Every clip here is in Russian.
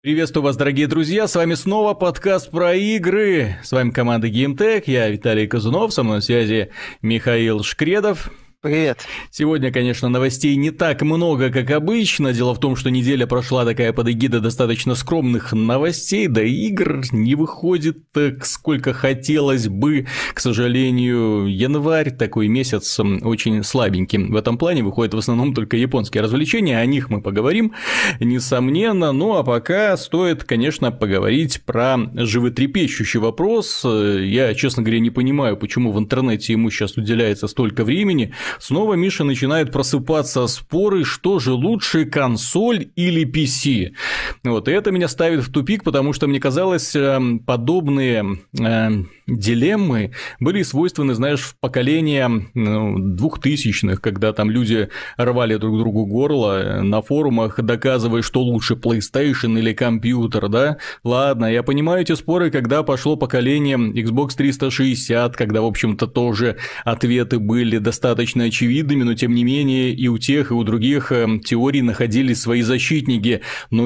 Приветствую вас, дорогие друзья, с вами снова подкаст про игры, с вами команда GameTech, я Виталий Казунов, со мной на связи Михаил Шкредов. Привет. Сегодня, конечно, новостей не так много, как обычно. Дело в том, что неделя прошла такая под эгидой достаточно скромных новостей, да и игр не выходит так, сколько хотелось бы. К сожалению, январь такой месяц очень слабенький. В этом плане выходят в основном только японские развлечения, о них мы поговорим, несомненно. Ну а пока стоит, конечно, поговорить про животрепещущий вопрос. Я, честно говоря, не понимаю, почему в интернете ему сейчас уделяется столько времени. Снова, Миша, начинает просыпаться споры, что же лучше, консоль или PC. Вот, и это меня ставит в тупик, потому что мне казалось, подобные дилеммы были свойственны, знаешь, в поколение 2000-х, когда там люди рвали друг другу горло на форумах, доказывая, что лучше PlayStation или компьютер, да? Ладно, я понимаю эти споры, когда пошло поколение Xbox 360, когда, в общем-то, тоже ответы были достаточно очевидными, но тем не менее и у тех, и у других теорий находились свои защитники. Но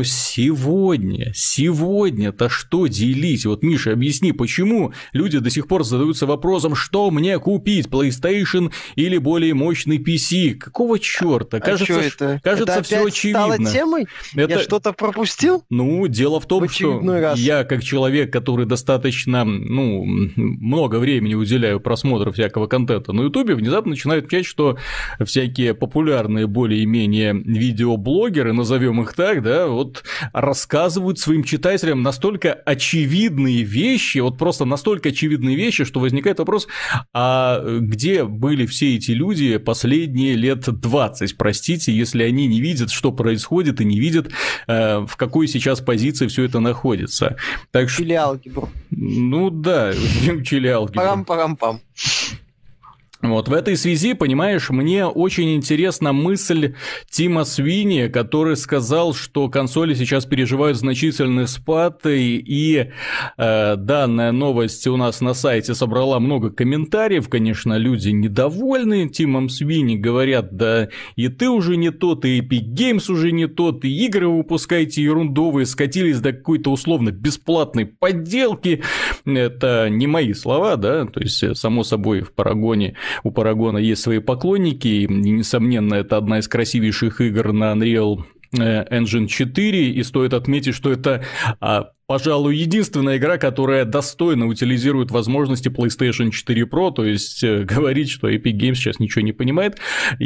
сегодня-то что делить? Вот, Миша, объясни, почему люди до сих пор задаются вопросом, что мне купить, PlayStation или более мощный PC? Какого черта? Кажется, это все очевидно. Стало темой? Я что-то пропустил? Ну, дело в том, что я, как человек, который достаточно, много времени уделяю просмотру всякого контента на Ютубе, внезапно начинаю отмечать, что всякие популярные более-менее видеоблогеры, назовем их так, да, вот рассказывают своим читателям настолько очевидные вещи, вот просто настолько очевидные вещи, что возникает вопрос, а где были все эти люди последние лет 20, простите, если они не видят, что происходит, и не видят, в какой сейчас позиции все это находится. Так что... Учили алгебру. Ну да, учили алгебру. Парам-парам-пам. Вот в этой связи, понимаешь, мне очень интересна мысль Тима Свини, который сказал, что консоли сейчас переживают значительный спад, и данная новость у нас на сайте собрала много комментариев, конечно, люди недовольны Тимом Свини, говорят, да и ты уже не тот, и Epic Games уже не тот, и игры вы выпускаете ерундовые, скатились до какой-то условно бесплатной подделки, это не мои слова, да, то есть, само собой, у Парагона есть свои поклонники, и, несомненно, это одна из красивейших игр на Unreal Engine 4, и стоит отметить, что это, пожалуй, единственная игра, которая достойно утилизирует возможности PlayStation 4 Pro, то есть говорить, что Epic Games сейчас ничего не понимает.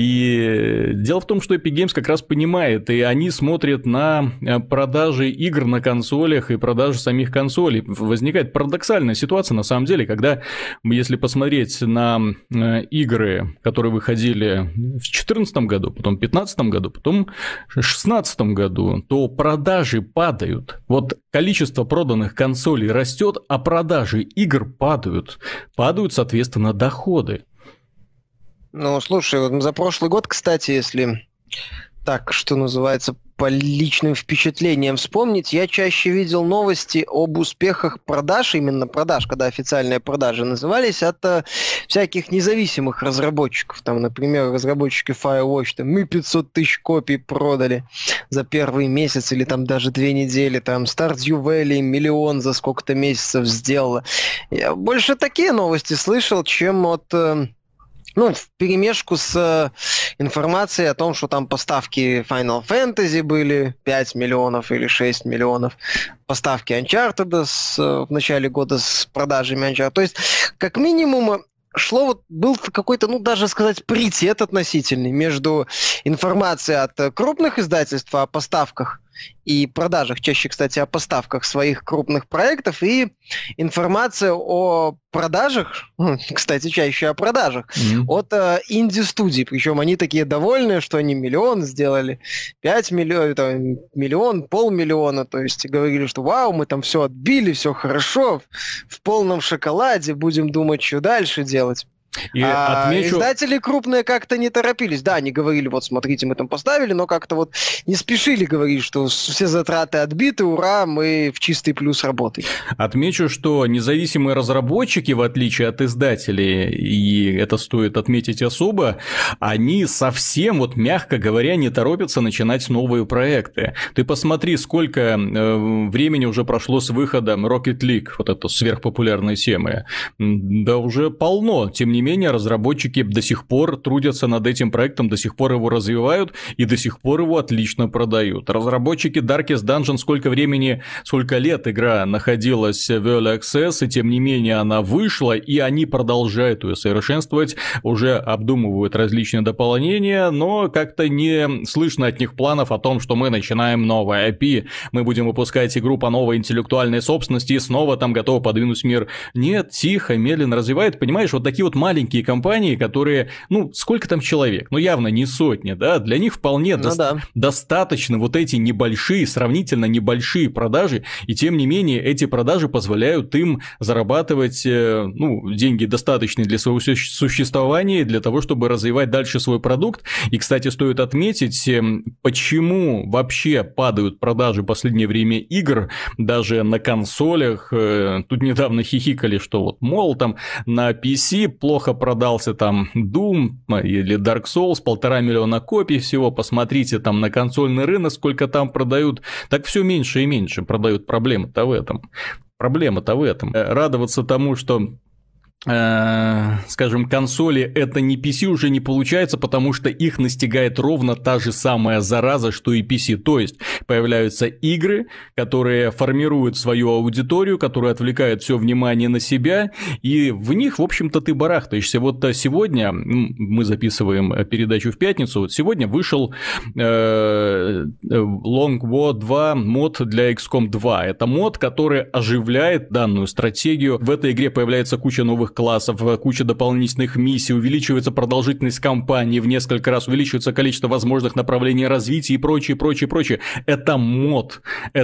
И дело в том, что Epic Games как раз понимает, и они смотрят на продажи игр на консолях и продажи самих консолей. Возникает парадоксальная ситуация, на самом деле, когда, если посмотреть на игры, которые выходили в 2014 году, потом в 2015 году, потом в 2016 году, то продажи падают. Вот количество проданных консолей растет, а продажи игр падают. Падают, соответственно, доходы. Ну, слушай, вот за прошлый год, кстати, если так, что называется, по личным впечатлениям вспомнить, я чаще видел новости об успехах продаж, именно продаж, когда официальные продажи назывались, от всяких независимых разработчиков. Там, например, разработчики Firewatch, там, мы 500 тысяч копий продали за первый месяц или там даже 2 недели, там Stardew Valley 1 миллион за сколько-то месяцев сделала. Я больше такие новости слышал, чем от... вперемешку с информацией о том, что там поставки Final Fantasy были 5 миллионов или 6 миллионов, поставки Uncharted в начале года с продажами Uncharted. То есть, как минимум, был какой-то, даже сказать, паритет относительный между информацией от крупных издательств о поставках и продажах, чаще, кстати, о поставках своих крупных проектов, и информация о продажах, кстати, чаще о продажах, от инди-студий. Причем они такие довольные, что они 1 миллион сделали, 5 миллионов, 1 миллион, 500 000, то есть говорили, что вау, мы там все отбили, все хорошо, в полном шоколаде, будем думать, что дальше делать. И отмечу... Издатели крупные как-то не торопились. Да, они говорили, вот смотрите, мы там поставили, но как-то вот не спешили говорить, что все затраты отбиты, ура, мы в чистый плюс работаем. Отмечу, что независимые разработчики, в отличие от издателей, и это стоит отметить особо, они совсем, вот мягко говоря, не торопятся начинать новые проекты. Ты посмотри, сколько времени уже прошло с выходом Rocket League, вот эту сверхпопулярной темы. Да уже полно. Тем не менее, разработчики до сих пор трудятся над этим проектом, до сих пор его развивают и до сих пор его отлично продают. Разработчики Darkest Dungeon сколько лет игра находилась в Early Access, и тем не менее она вышла, и они продолжают ее совершенствовать, уже обдумывают различные дополнения, но как-то не слышно от них планов о том, что мы начинаем новое IP, мы будем выпускать игру по новой интеллектуальной собственности и снова там готовы подвинуть мир. Нет, тихо, медленно развивают, понимаешь, вот такие вот маленькие компании, которые, сколько там человек? Явно не сотни, да, для них вполне достаточно вот эти небольшие, сравнительно небольшие продажи, и тем не менее эти продажи позволяют им зарабатывать, деньги достаточные для своего существования, для того, чтобы развивать дальше свой продукт. И, кстати, стоит отметить, почему вообще падают продажи в последнее время игр, даже на консолях. Тут недавно хихикали, что вот, мол, там на PC плохо продался там Doom или Dark Souls, 1,5 миллиона копий всего, посмотрите там на консольный рынок, сколько там продают, так все меньше и меньше продают. Проблема-то в этом. Радоваться тому, что скажем, консоли это не PC уже не получается, потому что их настигает ровно та же самая зараза, что и PC. То есть появляются игры, которые формируют свою аудиторию, которые отвлекают все внимание на себя, и в них, в общем-то, ты барахтаешься. Вот сегодня, мы записываем передачу в пятницу, вот сегодня вышел Long War 2 мод для XCOM 2. Это мод, который оживляет данную стратегию. В этой игре появляется куча новых классов, куча дополнительных миссий, увеличивается продолжительность кампании в несколько раз, увеличивается количество возможных направлений развития и прочее. Это мод,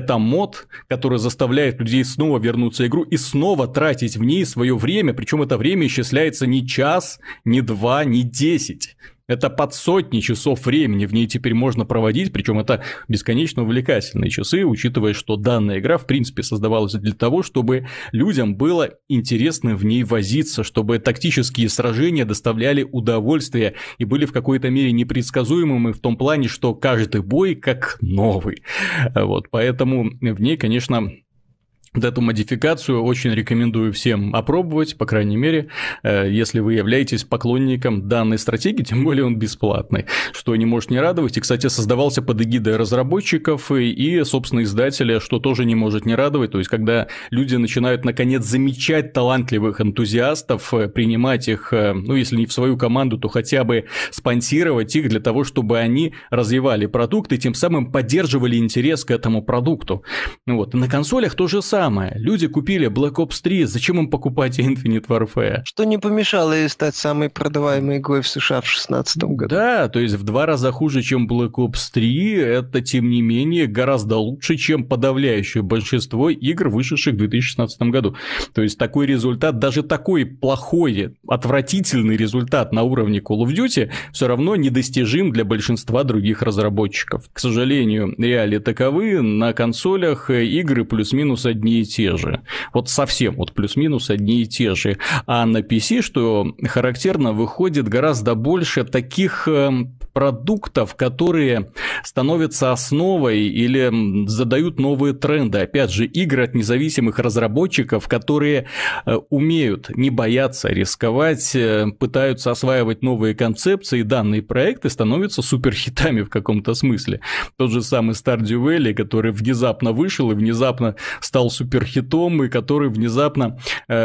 который заставляет людей снова вернуться в игру и снова тратить в ней свое время, причем это время исчисляется не час, не 2, не 10. Это под сотни часов времени в ней теперь можно проводить, причем это бесконечно увлекательные часы, учитывая, что данная игра в принципе создавалась для того, чтобы людям было интересно в ней возиться, чтобы тактические сражения доставляли удовольствие и были в какой-то мере непредсказуемыми в том плане, что каждый бой как новый. Вот, поэтому в ней, конечно... Вот эту модификацию очень рекомендую всем опробовать, по крайней мере, если вы являетесь поклонником данной стратегии, тем более он бесплатный, что не может не радовать. И, кстати, создавался под эгидой разработчиков и, собственно, издателя, что тоже не может не радовать. То есть, когда люди начинают, наконец, замечать талантливых энтузиастов, принимать их, если не в свою команду, то хотя бы спонсировать их для того, чтобы они развивали продукт и тем самым поддерживали интерес к этому продукту. Вот. И на консолях то же самое. Люди купили Black Ops 3, зачем им покупать Infinite Warfare? Что не помешало ей стать самой продаваемой игрой в США в 2016 году. Да, то есть в 2 раза хуже, чем Black Ops 3, это, тем не менее, гораздо лучше, чем подавляющее большинство игр, вышедших в 2016 году. То есть такой результат, даже такой плохой, отвратительный результат на уровне Call of Duty все равно недостижим для большинства других разработчиков. К сожалению, реалии таковы, на консолях игры плюс-минус одни и те же. Вот совсем, вот плюс-минус одни и те же. А на PC, что характерно, выходит гораздо больше таких продуктов, которые становятся основой или задают новые тренды. Опять же, игры от независимых разработчиков, которые умеют, не боятся рисковать, пытаются осваивать новые концепции, и данные проекты становятся суперхитами в каком-то смысле. Тот же самый Stardew Valley, который внезапно вышел и внезапно стал суперхитом, и который внезапно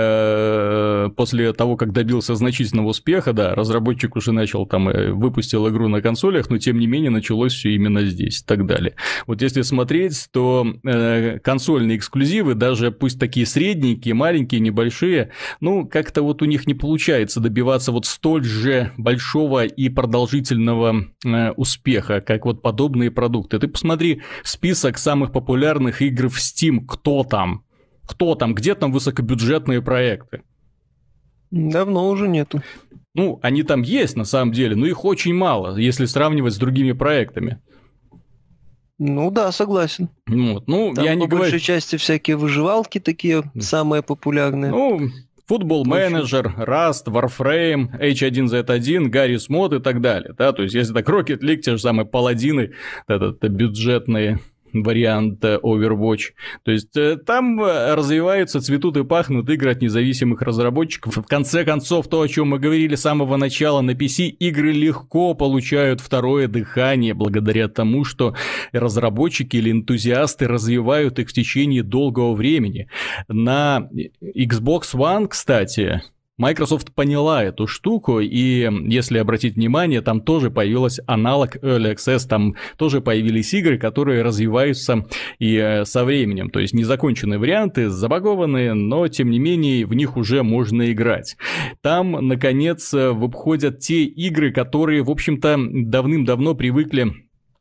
после того, как добился значительного успеха, да, разработчик уже начал выпустил игру на консолях, но тем не менее началось все именно здесь и так далее. Вот если смотреть, то консольные эксклюзивы, даже пусть такие средненькие, маленькие, небольшие, как-то вот у них не получается добиваться вот столь же большого и продолжительного успеха, как вот подобные продукты. Ты посмотри список самых популярных игр в Steam, кто там, где там высокобюджетные проекты? Давно уже нету. Ну, они там есть на самом деле, но их очень мало, если сравнивать с другими проектами. Ну да, согласен. Вот. Ну, там я не по большей говорю... части всякие выживалки такие, самые популярные. Ну, Football Manager, Rust, Warframe, H1Z1, Garry's Mod и так далее. Да? То есть, если так Rocket League, те же самые паладины, это бюджетные вариант Overwatch. То есть там развиваются, цветут и пахнут игры от независимых разработчиков. В конце концов, то, о чем мы говорили с самого начала, на PC игры легко получают второе дыхание благодаря тому, что разработчики или энтузиасты развивают их в течение долгого времени. На Xbox One, кстати, Microsoft поняла эту штуку, и если обратить внимание, там тоже появился аналог Early Access, там тоже появились игры, которые развиваются и со временем, то есть незаконченные варианты, забагованные, но тем не менее в них уже можно играть. Там, наконец, выходят те игры, которые, в общем-то, давным-давно привыкли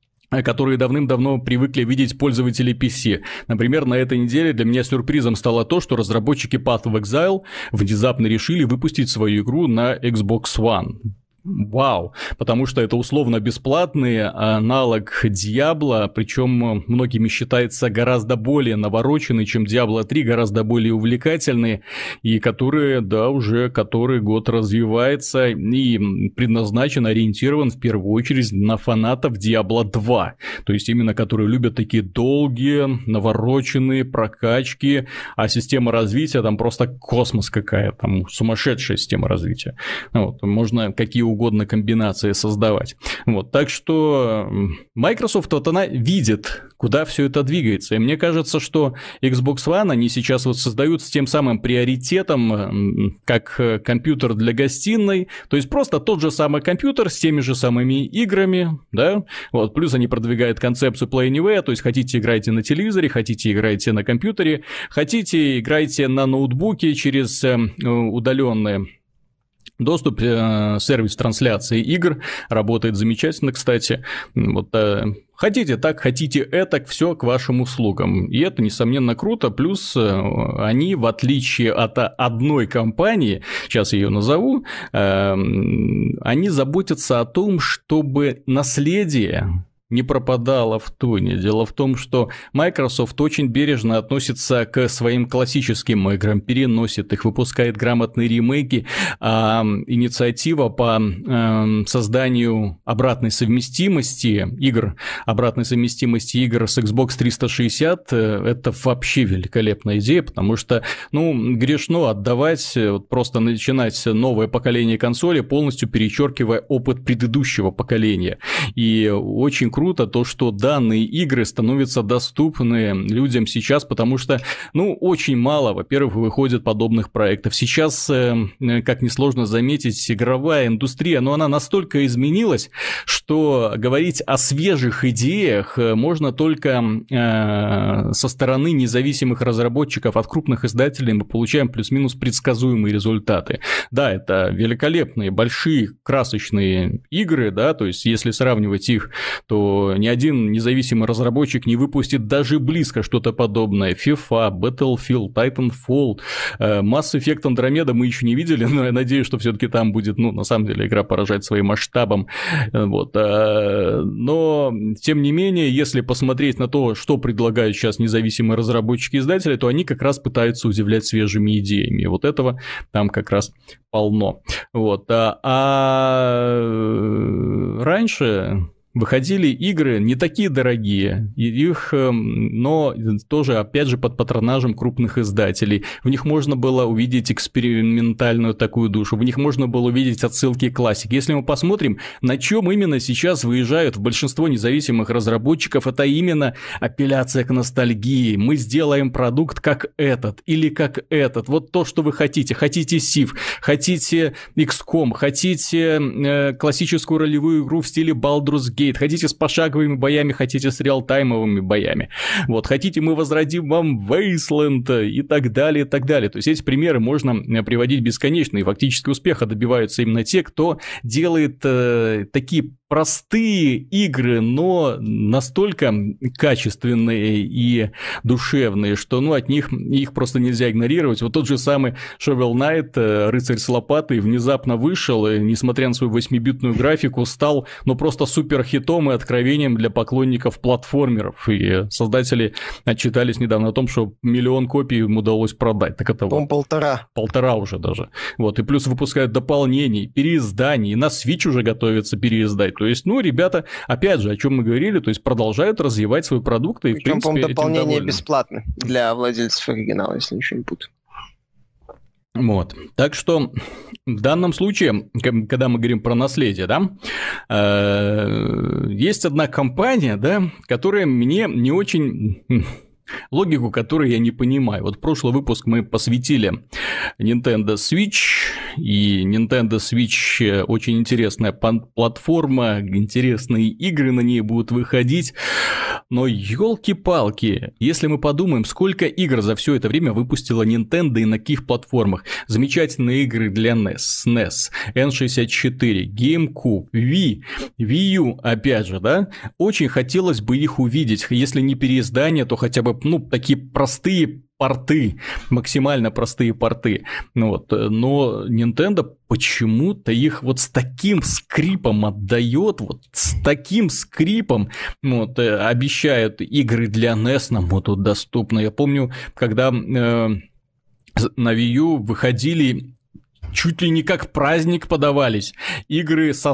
видеть пользователи PC. Например, на этой неделе для меня сюрпризом стало то, что разработчики Path of Exile внезапно решили выпустить свою игру на Xbox One. Вау, потому что это условно бесплатный аналог Diablo, причем многими считается гораздо более навороченный, чем Diablo 3, гораздо более увлекательный, и который, да, уже который год развивается и предназначен, ориентирован в первую очередь на фанатов Diablo 2, то есть именно которые любят такие долгие, навороченные прокачки, а система развития там просто космос какая, там сумасшедшая система развития. Вот, можно какие угодно комбинации создавать. Вот, так что Microsoft, вот она видит, куда все это двигается. И мне кажется, что Xbox One они сейчас вот создают с тем самым приоритетом, как компьютер для гостиной, то есть просто тот же самый компьютер с теми же самыми играми, да, вот, плюс они продвигают концепцию Play Anywhere, то есть хотите играйте на телевизоре, хотите играйте на компьютере, хотите играйте на ноутбуке через удаленные доступ, сервис трансляции игр, работает замечательно, кстати. Вот, хотите так, хотите этак, все к вашим услугам. И это, несомненно, круто. Плюс они, в отличие от одной компании, сейчас я ее назову, они заботятся о том, чтобы наследие не пропадала в туне. Дело в том, что Microsoft очень бережно относится к своим классическим играм, переносит их, выпускает грамотные ремейки, а инициатива по созданию обратной совместимости игр с Xbox 360 это вообще великолепная идея, потому что, грешно отдавать, просто начинать новое поколение консолей, полностью перечеркивая опыт предыдущего поколения. И очень круто то, что данные игры становятся доступны людям сейчас, потому что, очень мало, во-первых, выходит подобных проектов. Сейчас, как несложно заметить, игровая индустрия, она настолько изменилась, что говорить о свежих идеях можно только со стороны независимых разработчиков. От крупных издателей мы получаем плюс-минус предсказуемые результаты. Да, это великолепные, большие, красочные игры, да, то есть если сравнивать их, то ни один независимый разработчик не выпустит даже близко что-то подобное. FIFA, Battlefield, Titanfall, Mass Effect Andromeda мы еще не видели, но я надеюсь, что все-таки там будет, на самом деле, игра поражает своим масштабом. Вот. Но, тем не менее, если посмотреть на то, что предлагают сейчас независимые разработчики-издатели, то они как раз пытаются удивлять свежими идеями. И вот этого там как раз полно. Вот. А раньше выходили игры не такие дорогие, но тоже, опять же, под патронажем крупных издателей. В них можно было увидеть экспериментальную такую душу, в них можно было увидеть отсылки к классике. Если мы посмотрим, на чем именно сейчас выезжают в большинство независимых разработчиков, это именно апелляция к ностальгии. Мы сделаем продукт как этот или как этот. Вот то, что вы хотите. Хотите Civ, хотите XCOM, хотите классическую ролевую игру в стиле Baldur's Gate, хотите с пошаговыми боями, хотите с реалтаймовыми боями. Вот, хотите, мы возродим вам Wasteland и так далее, и так далее. То есть эти примеры можно приводить бесконечно, и фактически успеха добиваются именно те, кто делает такие простые игры, но настолько качественные и душевные, что от них их просто нельзя игнорировать. Вот тот же самый Shovel Knight, рыцарь с лопатой, внезапно вышел, и, несмотря на свою 8-битную графику, стал просто супер хитом и откровением для поклонников платформеров. И создатели отчитались недавно о том, что 1 миллион копий им удалось продать. Так это полтора уже даже. И плюс выпускают дополнений, переизданий, на Switch уже готовятся переиздать. То есть, ребята, опять же, о чем мы говорили, то есть продолжают развивать свои продукты. Причем, в принципе, дополнение бесплатно для владельцев оригинала, если ничего не путаю. Так что в данном случае, когда мы говорим про наследие, есть одна компания, которая мне не очень... логику, которую я не понимаю. Прошлый выпуск мы посвятили Nintendo Switch, и Nintendo Switch очень интересная платформа, интересные игры на ней будут выходить, но елки-палки, если мы подумаем, сколько игр за все это время выпустила Nintendo и на каких платформах. Замечательные игры для NES, SNES, N64, GameCube, Wii, Wii U, опять же, очень хотелось бы их увидеть, если не переиздание, то хотя бы такие простые порты, максимально простые порты. Но Nintendo почему-то их с таким скрипом отдает, с таким скрипом обещают игры для NES нам тут доступны. Я помню, когда на Wii U выходили... чуть ли не как праздник подавались. Игры со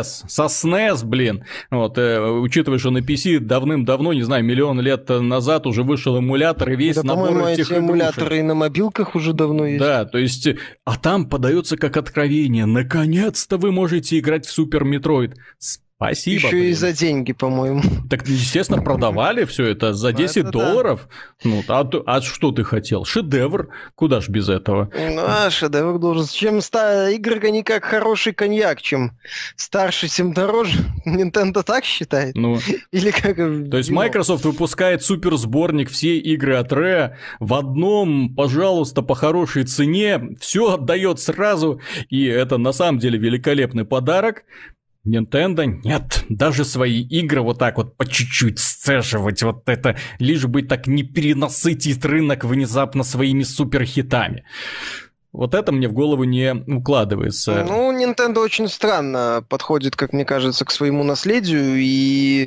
SNES, блин. Учитывая, что на PC давным-давно, не знаю, миллион лет назад уже вышел эмулятор, и весь набор этих эти эмуляторы и на мобилках уже давно есть. Да, то есть, а там подается как откровение. Наконец-то вы можете играть в Супер Метроид. Спасибо. Еще и за деньги, по-моему. Так, естественно, продавали все это за $10. Да. А что ты хотел? Шедевр. Куда ж без этого? Шедевр должен. Чем игры они как хороший коньяк. Чем старше, тем дороже. Nintendo так считает? Или как? То есть Microsoft выпускает суперсборник, все игры от Rare в одном, пожалуйста, по хорошей цене. Все отдает сразу. И это на самом деле великолепный подарок. Nintendo нет, даже свои игры так по чуть-чуть сцеживать, это, лишь бы так не перенасытить рынок внезапно своими суперхитами. Это мне в голову не укладывается. Nintendo очень странно подходит, как мне кажется, к своему наследию, и...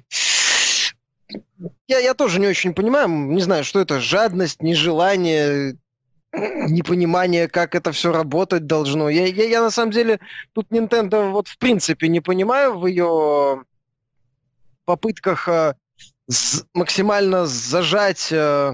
Я тоже не очень понимаю, не знаю, что это, жадность, нежелание... непонимание, как это все работать должно. Я на самом деле тут Nintendo в принципе не понимаю в ее попытках максимально зажать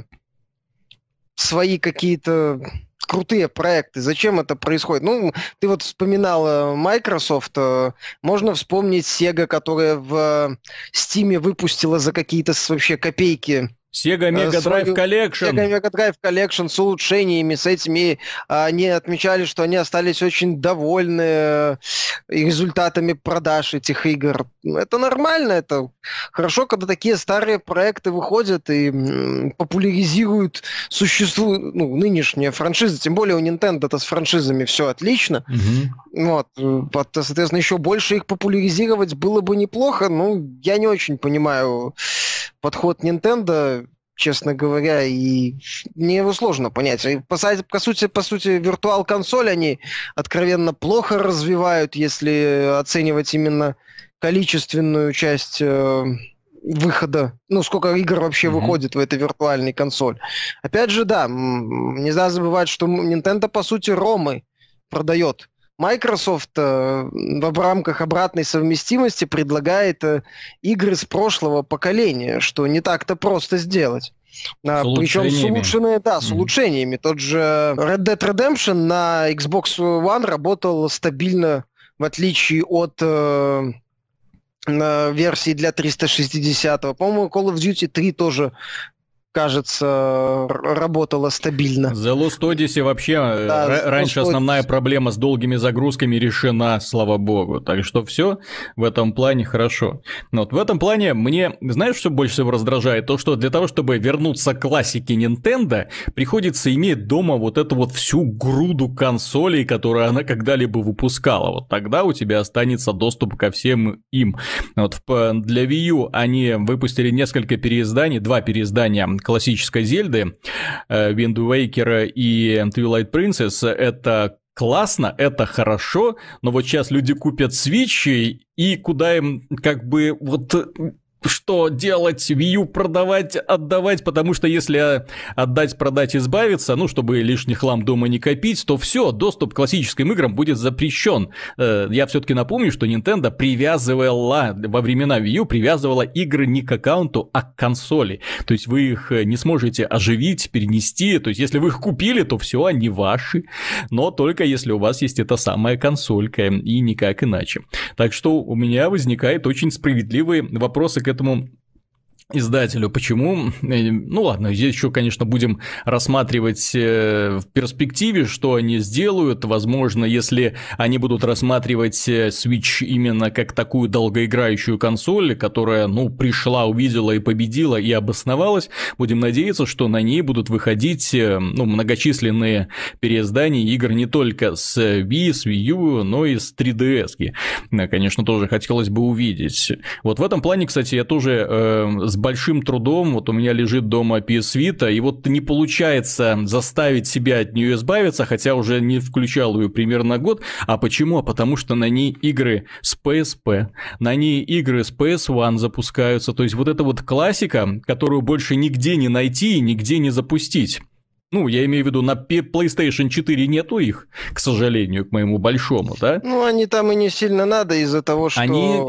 свои какие-то крутые проекты. Зачем это происходит? Ты вспоминал Microsoft, можно вспомнить Sega, которая в Steam выпустила за какие-то вообще копейки Sega Mega Drive Collection. Sega Mega Drive Collection с улучшениями, с этими. Они отмечали, что они остались очень довольны результатами продаж этих игр. Это нормально, это хорошо, когда такие старые проекты выходят и популяризируют нынешние франшизы. Тем более у Nintendo-то с франшизами все отлично. Соответственно, еще больше их популяризировать было бы неплохо. Я не очень понимаю подход Nintendo, честно говоря, и мне его сложно понять. И по сути, виртуал-консоль они откровенно плохо развивают, если оценивать именно количественную часть выхода, сколько игр вообще выходит в этой виртуальной консоль. Опять же, да, нельзя забывать, что Nintendo, по сути, ромы продает. Microsoft в рамках обратной совместимости предлагает игры с прошлого поколения, что не так-то просто сделать. Причем с улучшениями. Тот же Red Dead Redemption на Xbox One работал стабильно, в отличие от версии для 360. По-моему, Call of Duty 3 тоже кажется, работала стабильно. The Lost Odyssey вообще раньше основная проблема с долгими загрузками решена, слава богу. Так что все в этом плане хорошо. Но вот в этом плане мне, знаешь, что больше всего раздражает? То, что для того, чтобы вернуться к классике Nintendo, приходится иметь дома вот эту вот всю груду консолей, которые она когда-либо выпускала. Вот тогда у тебя останется доступ ко всем им. Вот для Wii U они выпустили несколько переизданий, 2 переиздания классической Зельды, Wind Waker и Twilight Princess. Это классно, это хорошо, но вот сейчас люди купят Switch, и куда им как бы вот... Что делать, Wii U продавать, отдавать, потому что если отдать, продать, избавиться, ну, чтобы лишний хлам дома не копить, то все, доступ к классическим играм будет запрещен. Я все-таки напомню, что Nintendo привязывала, во времена Wii U привязывала игры не к аккаунту, а к консоли. То есть вы их не сможете оживить, перенести, то есть если вы их купили, то все, они ваши, но только если у вас есть эта самая консолька, и никак иначе. Так что у меня возникают очень справедливые вопросы к этому издателю. Почему? Ну ладно, здесь еще, конечно, будем рассматривать в перспективе, что они сделают. Возможно, если они будут рассматривать Switch именно как такую долгоиграющую консоль, которая, ну, пришла, увидела и победила и обосновалась, будем надеяться, что на ней будут выходить, ну, многочисленные переиздания игр не только с Wii, с Wii U, но и с 3DS. Конечно, тоже хотелось бы увидеть. Вот в этом плане, кстати, я тоже с большим трудом, вот у меня лежит дома PS Vita, и вот не получается заставить себя от нее избавиться, хотя уже не включал ее примерно год. А почему? А потому что на ней игры с PSP, на ней игры с PS1 запускаются, то есть вот эта вот классика, которую больше нигде не найти и нигде не запустить. Ну, я имею в виду, на PlayStation 4 нету их, к сожалению, к моему большому, да? Ну, они там и не сильно надо из-за того, что...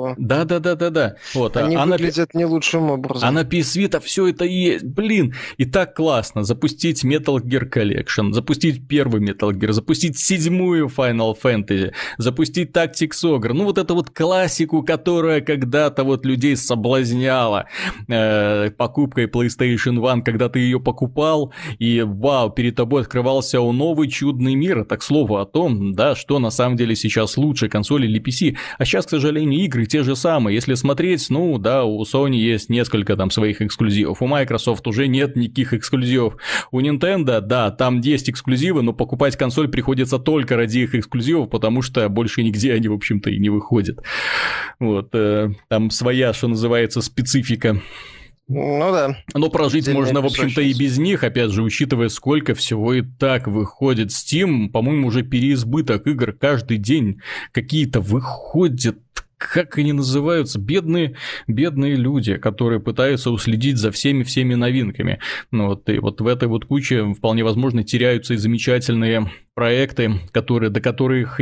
Да. Вот, они выглядят не лучшим образом. А на PS Vita все это есть, блин. И так классно запустить Metal Gear Collection, запустить первый Metal Gear, запустить 7-ю Final Fantasy, запустить Tactics Ogre. Ну, вот эту вот классику, которая когда-то вот людей соблазняла покупкой PlayStation 1, когда ты ее покупал, и вау, перед тобой открывался новый чудный мир. Так, к слову о том, да, что на самом деле сейчас лучше, консоли или PC. А сейчас, к сожалению, игры те же самые. Если смотреть, ну да, у Sony есть несколько там своих эксклюзивов, у Microsoft уже нет никаких эксклюзивов. У Nintendo, да, там есть эксклюзивы, но покупать консоль приходится только ради их эксклюзивов, потому что больше нигде они, в общем-то, и не выходят. Вот, там своя, что называется, специфика. Ну да. Но прожить можно, в общем-то, и без них, опять же, учитывая, сколько всего и так выходит. Steam, по-моему, уже переизбыток игр каждый день какие-то выходят. Как они называются? Бедные люди, которые пытаются уследить за всеми новинками. Ну, вот, и вот в этой вот куче вполне возможно теряются и замечательные проекты, до которых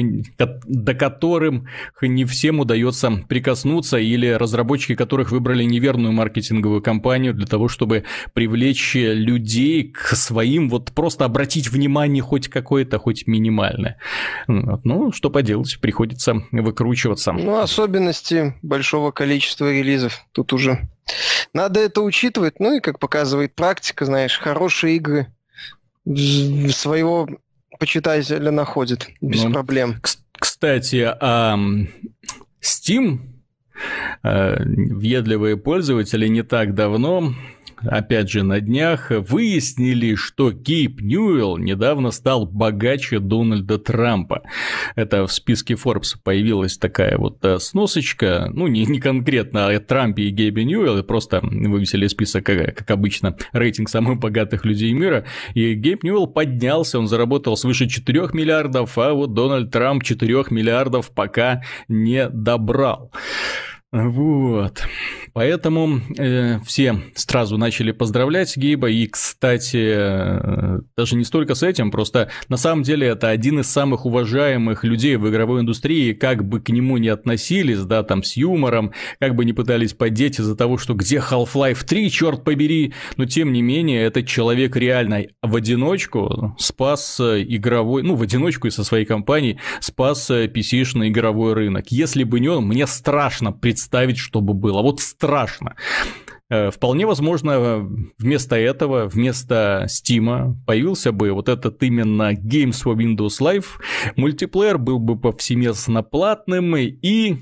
не всем удается прикоснуться, или разработчики которых выбрали неверную маркетинговую кампанию для того, чтобы привлечь людей к своим, вот просто обратить внимание хоть какое-то, хоть минимальное. Вот, ну, что поделать, приходится выкручиваться. Ну, особенности большого количества релизов тут уже. Надо это учитывать, ну и, как показывает практика, знаешь, хорошие игры своего почитателя находит без проблем. Кстати, Steam въедливые пользователи не так давно, опять же на днях, выяснили, что Гейб Ньюэлл недавно стал богаче Дональда Трампа. Это в списке Forbes появилась такая вот сносочка, ну не конкретно о Трампе и Гейбе Ньюэлле, просто вывесили список, как обычно, рейтинг самых богатых людей мира, и Гейб Ньюэлл поднялся, он заработал свыше 4 миллиардов, а вот Дональд Трамп 4 миллиардов пока не добрал. Вот, поэтому все сразу начали поздравлять Гейба, и, кстати, даже не столько с этим, просто на самом деле это один из самых уважаемых людей в игровой индустрии, как бы к нему ни относились, да, там с юмором, как бы ни пытались поддеть из-за того, что где Half-Life 3, черт побери, но тем не менее этот человек реально в одиночку спас игровой, ну в одиночку и со своей компанией спас PC-шный игровой рынок. Если бы не он, мне страшно представить, что бы было. Вот страшно. вполне возможно, вместо этого, вместо Steam появился бы вот этот именно Games for Windows Live, мультиплеер был бы повсеместно платным и...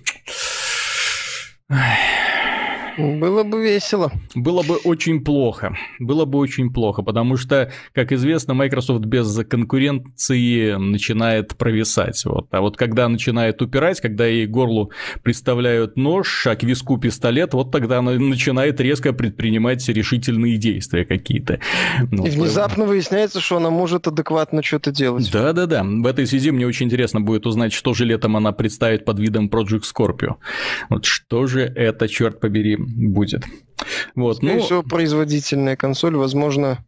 Было бы весело. Было бы очень плохо. Было бы очень плохо, потому что, как известно, Microsoft без конкуренции начинает провисать. Вот. А вот когда начинает упирать, когда ей к горлу приставляют нож, а к виску пистолет, вот тогда она начинает резко предпринимать решительные действия какие-то. И внезапно выясняется, что она может адекватно что-то делать. Да-да-да. В этой связи мне очень интересно будет узнать, что же летом она представит под видом Project Scorpio. Вот что же это, черт побери, будет. Вот, скорее всего, производительная консоль, возможно,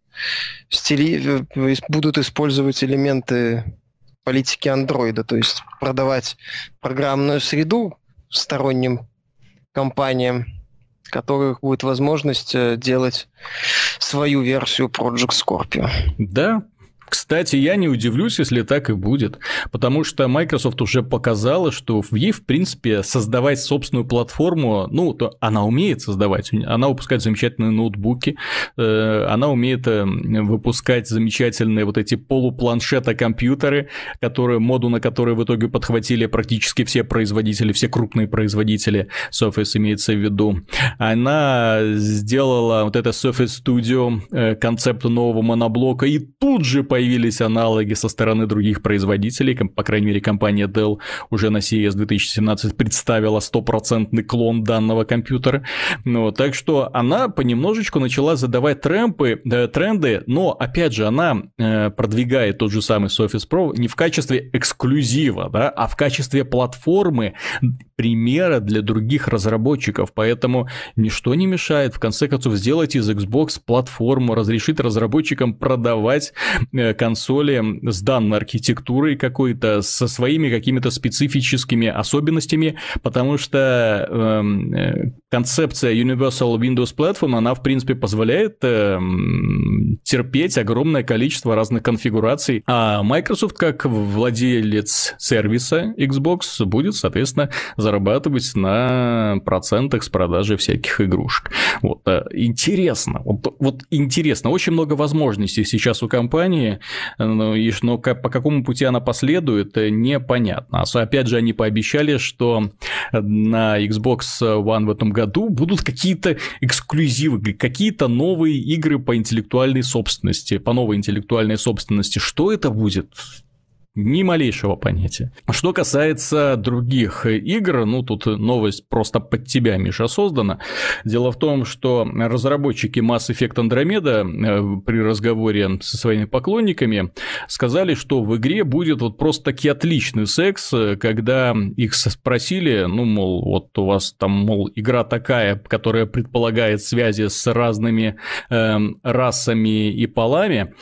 будут использовать элементы политики андроида, то есть продавать программную среду сторонним компаниям, у которых будет возможность делать свою версию Project Scorpio. Да. Кстати, я не удивлюсь, если так и будет, потому что Microsoft уже показала, что ей, в принципе, создавать собственную платформу, ну, то она умеет создавать, она выпускает замечательные ноутбуки, она умеет выпускать замечательные вот эти полупланшета-компьютеры, моду на которые в итоге подхватили практически все производители, все крупные производители, Surface имеется в виду. Она сделала вот это Surface Studio, концепт нового моноблока, и тут же появились аналоги со стороны других производителей, по крайней мере, компания Dell уже на CES 2017 представила 100% клон данного компьютера. Ну, так что она понемножечку начала задавать тренды, но, опять же, она продвигает тот же самый Surface Pro не в качестве эксклюзива, да, а в качестве платформы, примера для других разработчиков, поэтому ничто не мешает, в конце концов, сделать из Xbox платформу, разрешить разработчикам продавать консоли с данной архитектурой какой-то, со своими какими-то специфическими особенностями, потому что концепция Universal Windows Platform, она, в принципе, позволяет терпеть огромное количество разных конфигураций, а Microsoft, как владелец сервиса Xbox, будет, соответственно, зарабатывать на процентах с продажи всяких игрушек. Вот, интересно, вот интересно, очень много возможностей сейчас у компании, но по какому пути она последует, непонятно. Опять же, они пообещали, что на Xbox One в этом году будут какие-то эксклюзивы, какие-то новые игры по интеллектуальной собственности, по новой интеллектуальной собственности. Что это будет? Ни малейшего понятия. Что касается других игр, ну, тут новость просто под тебя, Миша, создана. Дело в том, что разработчики Mass Effect Andromeda при разговоре со своими поклонниками сказали, что в игре будет вот просто-таки отличный секс, когда их спросили, ну, мол, вот у вас там, мол, игра такая, которая предполагает связи с разными расами и полами,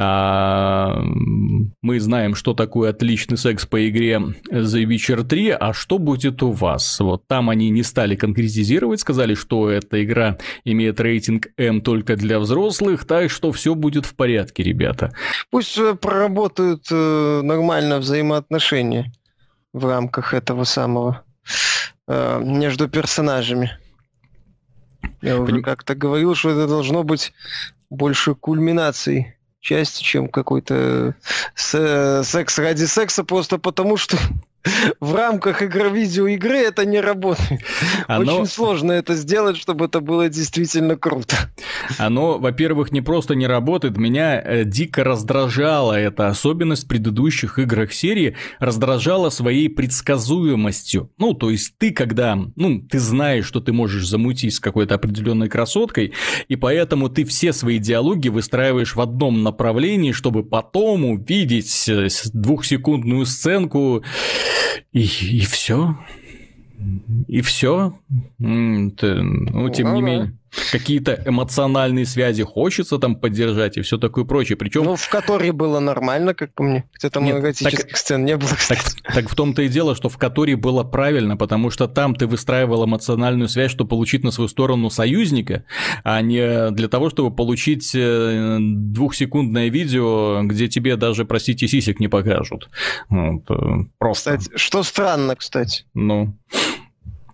мы знаем, что такой отличный секс по игре The Witcher 3, а что будет у вас? Вот там они не стали конкретизировать, сказали, что эта игра имеет рейтинг М только для взрослых, так что все будет в порядке, ребята. Пусть проработают нормально взаимоотношения в рамках этого самого между персонажами. Я уже как-то говорил, что это должно быть больше кульминацией части, чем какой-то секс ради секса, просто потому что в рамках видеоигры это не работает. Очень сложно это сделать, чтобы это было действительно круто. Оно, во-первых, не просто не работает, меня дико раздражала эта особенность в предыдущих играх серии, раздражала своей предсказуемостью. Ну, то есть ты когда, ты знаешь, что ты можешь замутить с какой-то определенной красоткой, и поэтому ты все свои диалоги выстраиваешь в одном направлении, чтобы потом увидеть двухсекундную сценку. И все. И все. Тем не менее, какие-то эмоциональные связи хочется там поддержать и все такое прочее. Причем... в которой было нормально, как по мне. Хотя там эротических сцен не было, кстати. Так в том-то и дело, что в которой было правильно, потому что там ты выстраивал эмоциональную связь, чтобы получить на свою сторону союзника, а не для того, чтобы получить двухсекундное видео, где тебе даже, простите, сисек не покажут. Вот, просто. Кстати, что странно, кстати.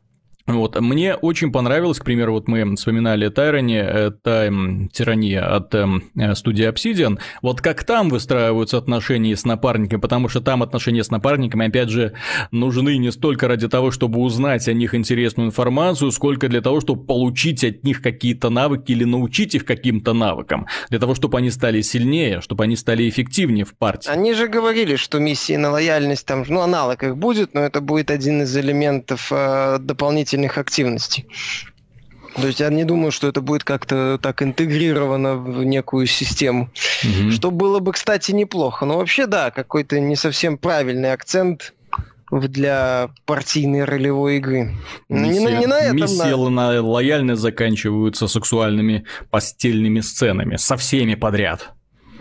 Вот. Мне очень понравилось, к примеру, вот мы вспоминали Tyranny, это тирания от студии Obsidian. Вот как там выстраиваются отношения с напарниками, потому что там отношения с напарниками, опять же, нужны не столько ради того, чтобы узнать о них интересную информацию, сколько для того, чтобы получить от них какие-то навыки или научить их каким-то навыкам, для того, чтобы они стали сильнее, чтобы они стали эффективнее в партии. Они же говорили, что миссии на лояльность там, ну, аналог их будет, но это будет один из элементов дополнительных активностей. То есть я не думаю, что это будет как-то так интегрировано в некую систему. Что было бы, кстати, неплохо. Но вообще, да, какой-то не совсем правильный акцент для партийной ролевой игры. Миссии на лояльность заканчиваются сексуальными постельными сценами. Со всеми подряд.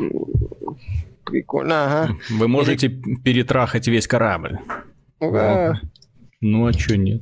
Прикольно, ага. Вы можете перетрахать весь корабль. Ну, а чё нет?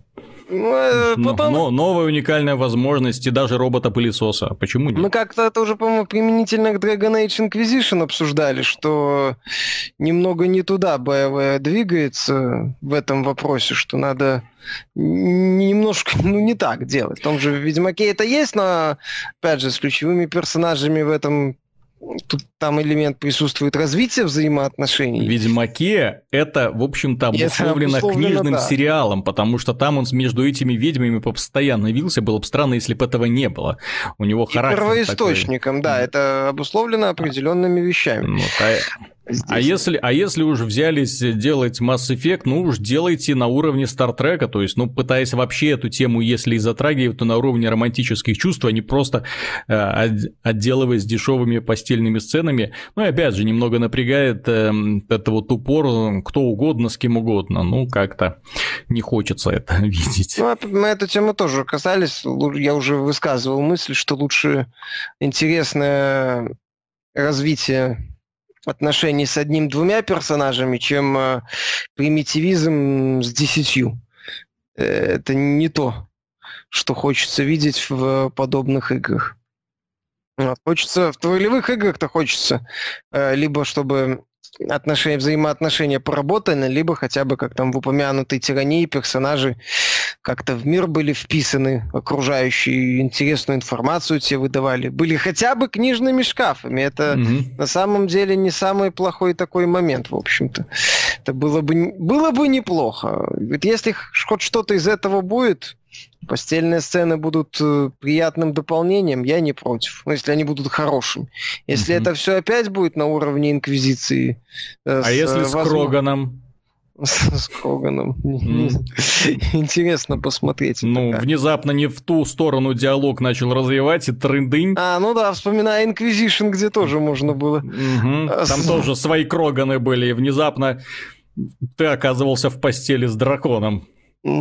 Но новая уникальная возможность и даже робота-пылесоса. Почему нет? Мы как-то это уже, по-моему, применительно к Dragon Age Inquisition обсуждали, что немного не туда BioWare двигается в этом вопросе, что надо немножко, не так делать. В том же Ведьмаке это есть, но, опять же, с ключевыми персонажами в этом... Тут там элемент присутствует развития взаимоотношений. В «Ведьмаке» это, в общем-то, обусловлено книжным сериалом, потому что там он между этими ведьмами постоянно вился. Было бы странно, если бы этого не было. У него характер первоисточником, такой. Да, это обусловлено определенными вещами. А если уж взялись делать Mass Effect, ну уж делайте на уровне Стартрека, то есть, пытаясь вообще эту тему, если и затрагивать, то на уровне романтических чувств, а не просто отделываясь дешевыми постельными сценами. Ну и опять же, немного напрягает это вот упор кто угодно с кем угодно. Ну, как-то не хочется это видеть. Мы эту тему тоже касались. Я уже высказывал мысль, что лучше интересное развитие отношений с одним-двумя персонажами, чем примитивизм с 10. Это не то, что хочется видеть в подобных играх. Хочется в ролевых играх-то хочется либо чтобы взаимоотношения поработаны, либо хотя бы, как там в упомянутой тирании, персонажи как-то в мир были вписаны, окружающие интересную информацию тебе выдавали. Были хотя бы книжными шкафами. Это на самом деле не самый плохой такой момент, в общем-то. Это было бы неплохо. Ведь если хоть что-то из этого будет, постельные сцены будут приятным дополнением, я не против. Ну, если они будут хорошими. Если это все опять будет на уровне Инквизиции... если с Кроганом? С Кроганом. Интересно посмотреть. Внезапно не в ту сторону диалог начал развивать, и трындынь. Вспоминая Inquisition, где тоже можно было. Там тоже свои Кроганы были, и внезапно ты оказывался в постели с драконом.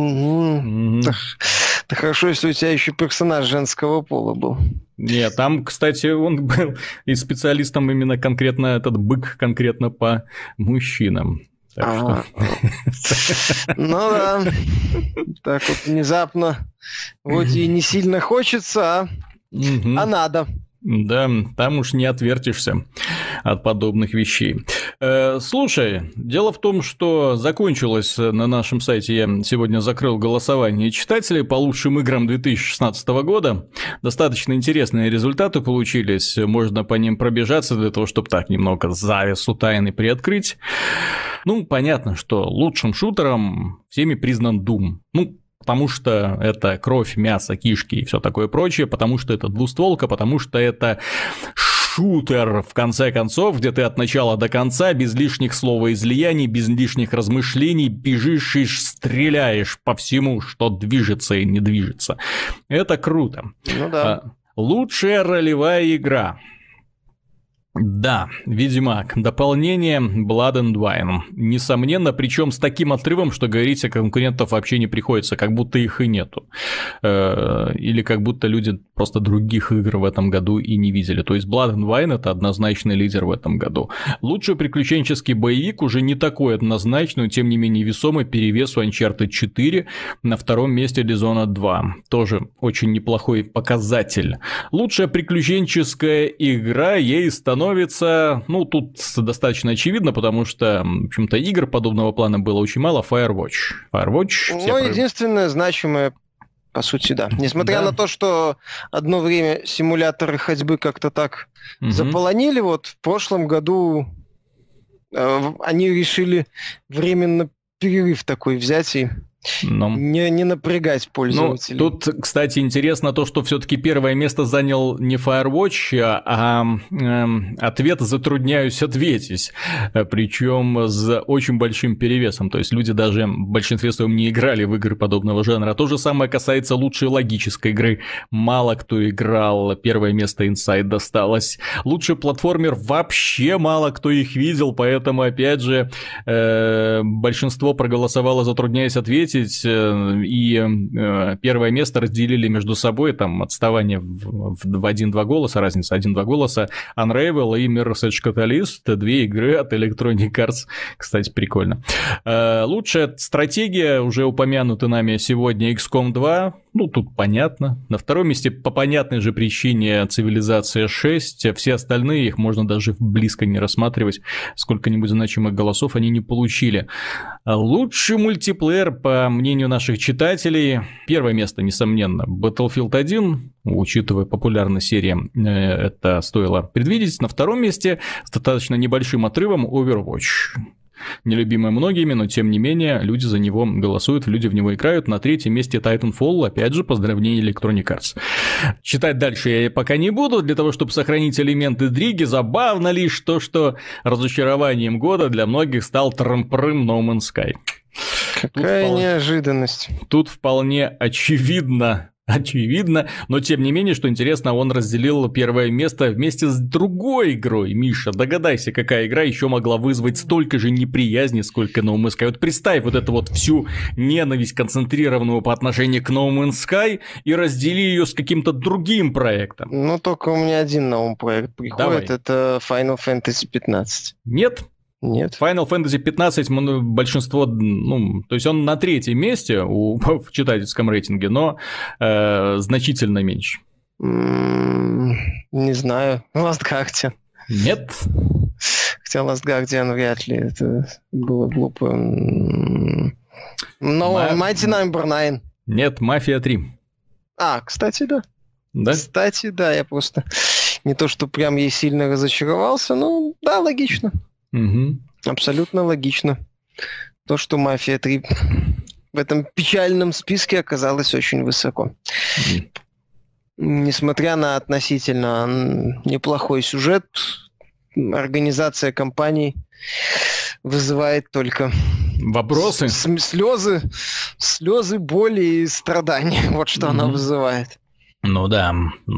Это хорошо, если у тебя еще персонаж женского пола был. Нет, там, кстати, он был и специалистом именно конкретно, этот бык конкретно по мужчинам. Так что... Ну да. Так вот внезапно. Вот и не сильно хочется, а надо. Да, там уж не отвертишься от подобных вещей. Слушай, дело в том, что закончилось на нашем сайте, я сегодня закрыл голосование читателей по лучшим играм 2016 года. Достаточно интересные результаты получились, можно по ним пробежаться для того, чтобы так немного завесу тайны приоткрыть. Понятно, что лучшим шутером всеми признан Doom. Потому что это кровь, мясо, кишки и все такое прочее, потому что это двустволка, потому что это шутер, в конце концов, где ты от начала до конца, без лишних словоизлияний, без лишних размышлений, бежишь и стреляешь по всему, что движется и не движется. Это круто. Лучшая ролевая игра. Да, Ведьмак. Дополнение Blood and Wine. Несомненно, причем с таким отрывом, что говорить о конкурентов вообще не приходится, как будто их и нету. Или как будто люди просто других игр в этом году и не видели. То есть Blood and Wine — это однозначный лидер в этом году. Лучший приключенческий боевик уже не такой однозначный, но тем не менее весомый перевес у Uncharted 4, на втором месте Dishonored 2. Тоже очень неплохой показатель. Лучшая приключенческая игра ей становится, тут достаточно очевидно, потому что, в общем-то, игр подобного плана было очень мало. Firewatch. Единственное значимое по сути, да. Несмотря на то, что одно время симуляторы ходьбы как-то так заполонили, вот в прошлом году они решили временно перерыв такой взять и не напрягать пользователей. Тут, кстати, интересно то, что все-таки первое место занял не Firewatch, а ответ «затрудняюсь ответить», причем с очень большим перевесом. То есть люди даже в большинстве своем не играли в игры подобного жанра. То же самое касается лучшей логической игры. Мало кто играл, первое место Inside досталось. Лучший платформер вообще мало кто их видел, поэтому, опять же, большинство проголосовало «затрудняюсь ответить», и первое место разделили между собой, там отставание в 1-2 голоса, разница 1-2 голоса, Unravel и Mirror's Edge Catalyst, 2 игры от Electronic Arts, кстати, прикольно. Лучшая стратегия, уже упомянута нами сегодня, XCOM 2, тут понятно. На втором месте по понятной же причине Цивилизация 6, все остальные, их можно даже близко не рассматривать, сколько-нибудь значимых голосов они не получили. Лучший мультиплеер, по мнению наших читателей, первое место, несомненно, Battlefield 1, учитывая популярность серии, это стоило предвидеть. На втором месте, с достаточно небольшим отрывом, Overwatch. Нелюбимый многими, но тем не менее люди за него голосуют, люди в него играют. На третьем месте Titanfall, опять же, поздравления Electronic Arts. Читать дальше я пока не буду, для того, чтобы сохранить элементы дриги. Забавно лишь то, что разочарованием года для многих стал Трампрым No Man's Sky. Какая неожиданность. Тут вполне очевидно, но тем не менее, что интересно, он разделил первое место вместе с другой игрой. Миша, догадайся, какая игра еще могла вызвать столько же неприязни, сколько No Man's Sky. Вот представь вот эту вот всю ненависть, концентрированную по отношению к No Man's Sky, и раздели ее с каким-то другим проектом. Только у меня один на ум проект приходит, это Final Fantasy 15. Нет? Нет. Final Fantasy 15 большинство, то есть он на третьем месте в читательском рейтинге, но значительно меньше. Не знаю. Last Guardian. Нет. Хотя Last Guardian вряд ли, это было глупо. Но Mighty Number 9. Нет, Mafia 3. Кстати, да. Да? Кстати, да, я просто не то, что прям ей сильно разочаровался, но да, логично. Угу. Абсолютно логично. То, что «Мафия 3» в этом печальном списке оказалась очень высоко. Несмотря на относительно неплохой сюжет, организация компаний вызывает только вопросы, слезы, боли и страдания. Вот что она вызывает. Ну да.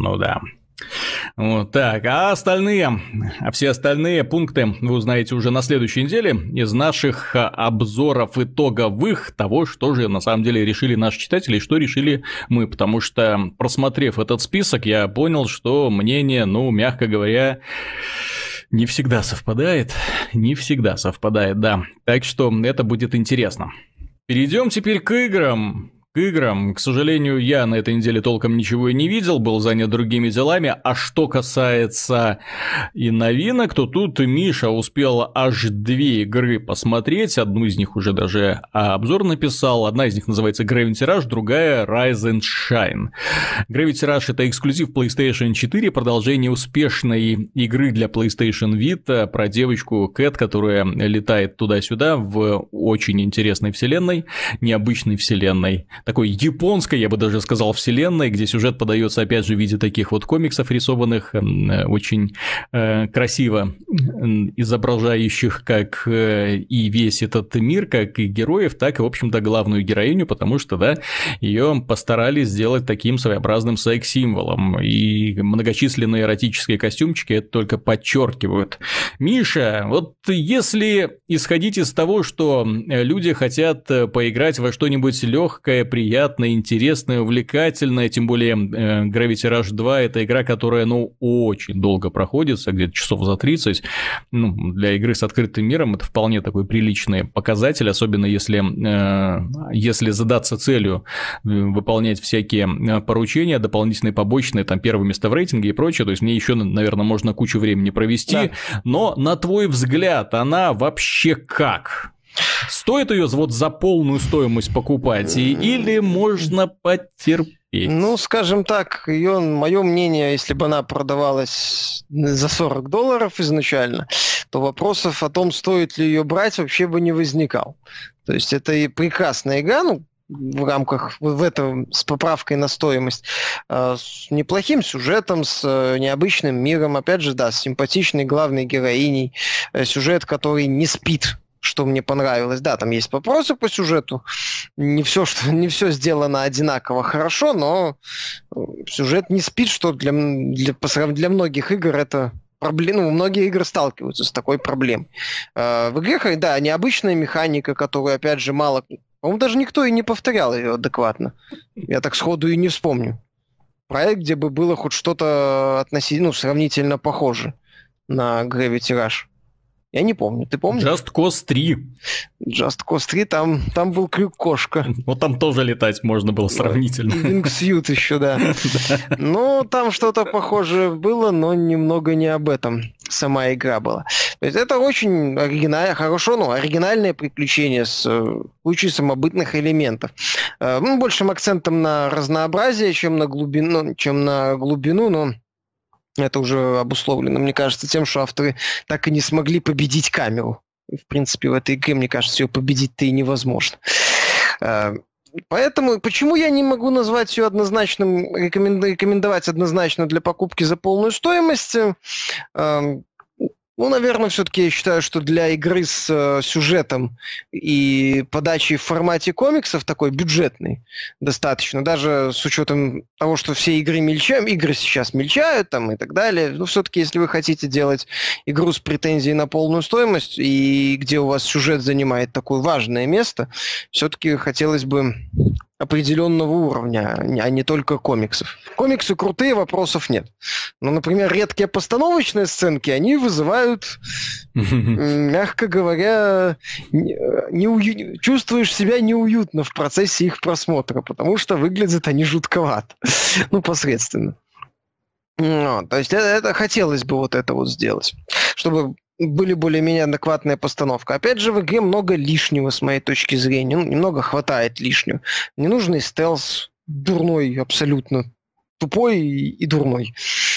Вот так, а все остальные пункты вы узнаете уже на следующей неделе из наших обзоров итоговых того, что же на самом деле решили наши читатели и что решили мы, потому что, просмотрев этот список, я понял, что мнение, мягко говоря, не всегда совпадает, да, так что это будет интересно. Перейдем теперь к играм. К сожалению, я на этой неделе толком ничего и не видел, был занят другими делами, а что касается и новинок, то тут Миша успел аж 2 игры посмотреть, одну из них уже даже обзор написал, одна из них называется Gravity Rush, другая Rise and Shine. Gravity Rush — это эксклюзив PlayStation 4, продолжение успешной игры для PlayStation Vita про девочку Кэт, которая летает туда-сюда в очень интересной вселенной, необычной вселенной. Такой японской, я бы даже сказал, вселенной, где сюжет подается опять же в виде таких вот комиксов рисованных, очень красиво изображающих как и весь этот мир, как и героев, так и, в общем-то, главную героиню, потому что, да, ее постарались сделать таким своеобразным секс-символом, и многочисленные эротические костюмчики это только подчеркивают. Миша, вот если исходить из того, что люди хотят поиграть во что-нибудь легкое, приятное, интересное, увлекательное, тем более Gravity Rush 2 – это игра, которая, очень долго проходится, где-то часов за 30, для игры с открытым миром это вполне такой приличный показатель, особенно если задаться целью выполнять всякие поручения, дополнительные, побочные, там, первые места в рейтинге и прочее, то есть мне еще, наверное, можно кучу времени провести, да. Но на твой взгляд, она вообще как? Стоит ее вот за полную стоимость покупать, или можно потерпеть? Ну, скажем так, мое мнение, если бы она продавалась за $40 изначально, то вопросов о том, стоит ли ее брать, вообще бы не возникал. То есть это и прекрасная игра, ну, в рамках в этом с поправкой на стоимость, с неплохим сюжетом, с необычным миром, опять же, да, с симпатичной главной героиней, сюжет, который не спит, что мне понравилось. Да, там есть вопросы по сюжету, не все сделано одинаково хорошо, но сюжет не спит, что для многих игр это проблема. Ну, многие игры сталкиваются с такой проблемой. В игре, да, необычная механика, которую, опять же, мало... По-моему, даже никто и не повторял ее адекватно. Я так сходу и не вспомню. Проект, где бы было хоть что-то относительно, сравнительно похоже на Gravity Rush. Я не помню. Ты помнишь? Just Cause 3. Just Cause 3, там был крюк-кошка. Вот там тоже летать можно было сравнительно. Wingsuit еще, да. Ну, там что-то похожее было, но немного не об этом сама игра была. То есть это очень оригинальное приключение с кучей самобытных элементов. Большим акцентом на разнообразие, чем на глубину, но это уже обусловлено, мне кажется, тем, что авторы так и не смогли победить камеру. И, в принципе, в этой игре, мне кажется, ее победить-то и невозможно. Поэтому, почему я не могу назвать ее однозначным, рекомендовать однозначно для покупки за полную стоимость? Наверное, все-таки я считаю, что для игры с сюжетом и подачей в формате комиксов такой бюджетный достаточно, даже с учетом того, что все игры сейчас мельчают там и так далее. Но все-таки, если вы хотите делать игру с претензией на полную стоимость и где у вас сюжет занимает такое важное место, все-таки хотелось бы определенного уровня, а не только комиксов. Комиксы крутые, вопросов нет. Но, например, редкие постановочные сценки, они вызывают, мягко говоря, чувствуешь себя неуютно в процессе их просмотра, потому что выглядят они жутковато. Посредственно. То есть это хотелось бы вот это вот сделать, чтобы были более-менее адекватная постановка. Опять же, в игре много лишнего, с моей точки зрения. Немного хватает лишнего. Ненужный стелс, дурной абсолютно. Тупой и дурной.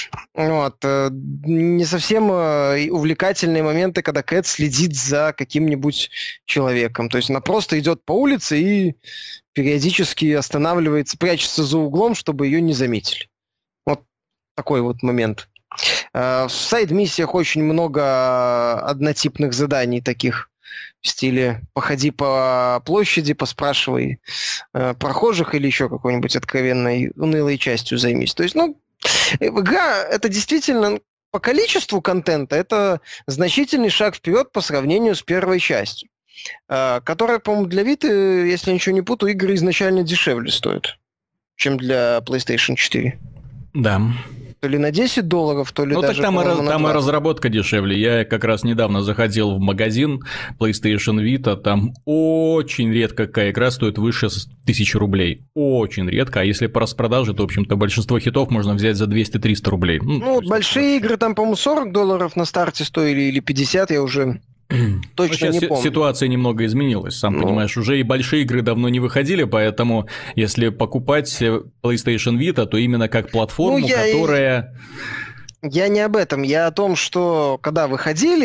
Не совсем увлекательные моменты, когда Кэт следит за каким-нибудь человеком. То есть она просто идет по улице и периодически останавливается, прячется за углом, чтобы ее не заметили. Вот такой вот момент. В сайд-миссиях очень много однотипных заданий таких в стиле «походи по площади, поспрашивай прохожих» или еще какой-нибудь откровенной унылой частью займись. То есть, игра это действительно по количеству контента это значительный шаг вперед по сравнению с первой частью, которая, по-моему, для Vita, если я ничего не путаю, игры изначально дешевле стоят, чем для PlayStation 4. Да. То ли на $10, то ли даже... там и разработка дешевле. Я как раз недавно заходил в магазин PlayStation Vita, там очень редко какая игра стоит выше 1000 рублей. Очень редко, а если по распродаже, то, в общем-то, большинство хитов можно взять за 200-300 рублей. Большие игры там, по-моему, $40 на старте стоили или 50, я уже... Точно не помню. Ситуация немного изменилась, сам понимаешь, уже и большие игры давно не выходили, поэтому если покупать PlayStation Vita, то именно как платформу, которая... Я не об этом, я о том, что когда выходили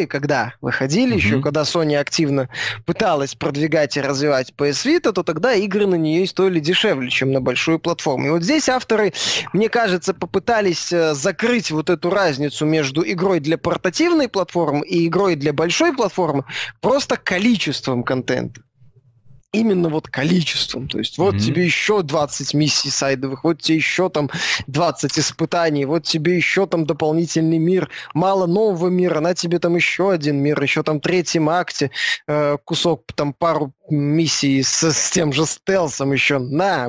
еще, когда Sony активно пыталась продвигать и развивать PS Vita, то тогда игры на нее стоили дешевле, чем на большую платформу. И вот здесь авторы, мне кажется, попытались закрыть вот эту разницу между игрой для портативной платформы и игрой для большой платформы просто количеством контента. Именно вот количеством. То есть тебе еще 20 миссий сайдовых, вот тебе еще там 20 испытаний, вот тебе еще там дополнительный мир, мало нового мира, на тебе там еще один мир, еще там в третьем акте кусок, там пару миссий с тем же стелсом еще.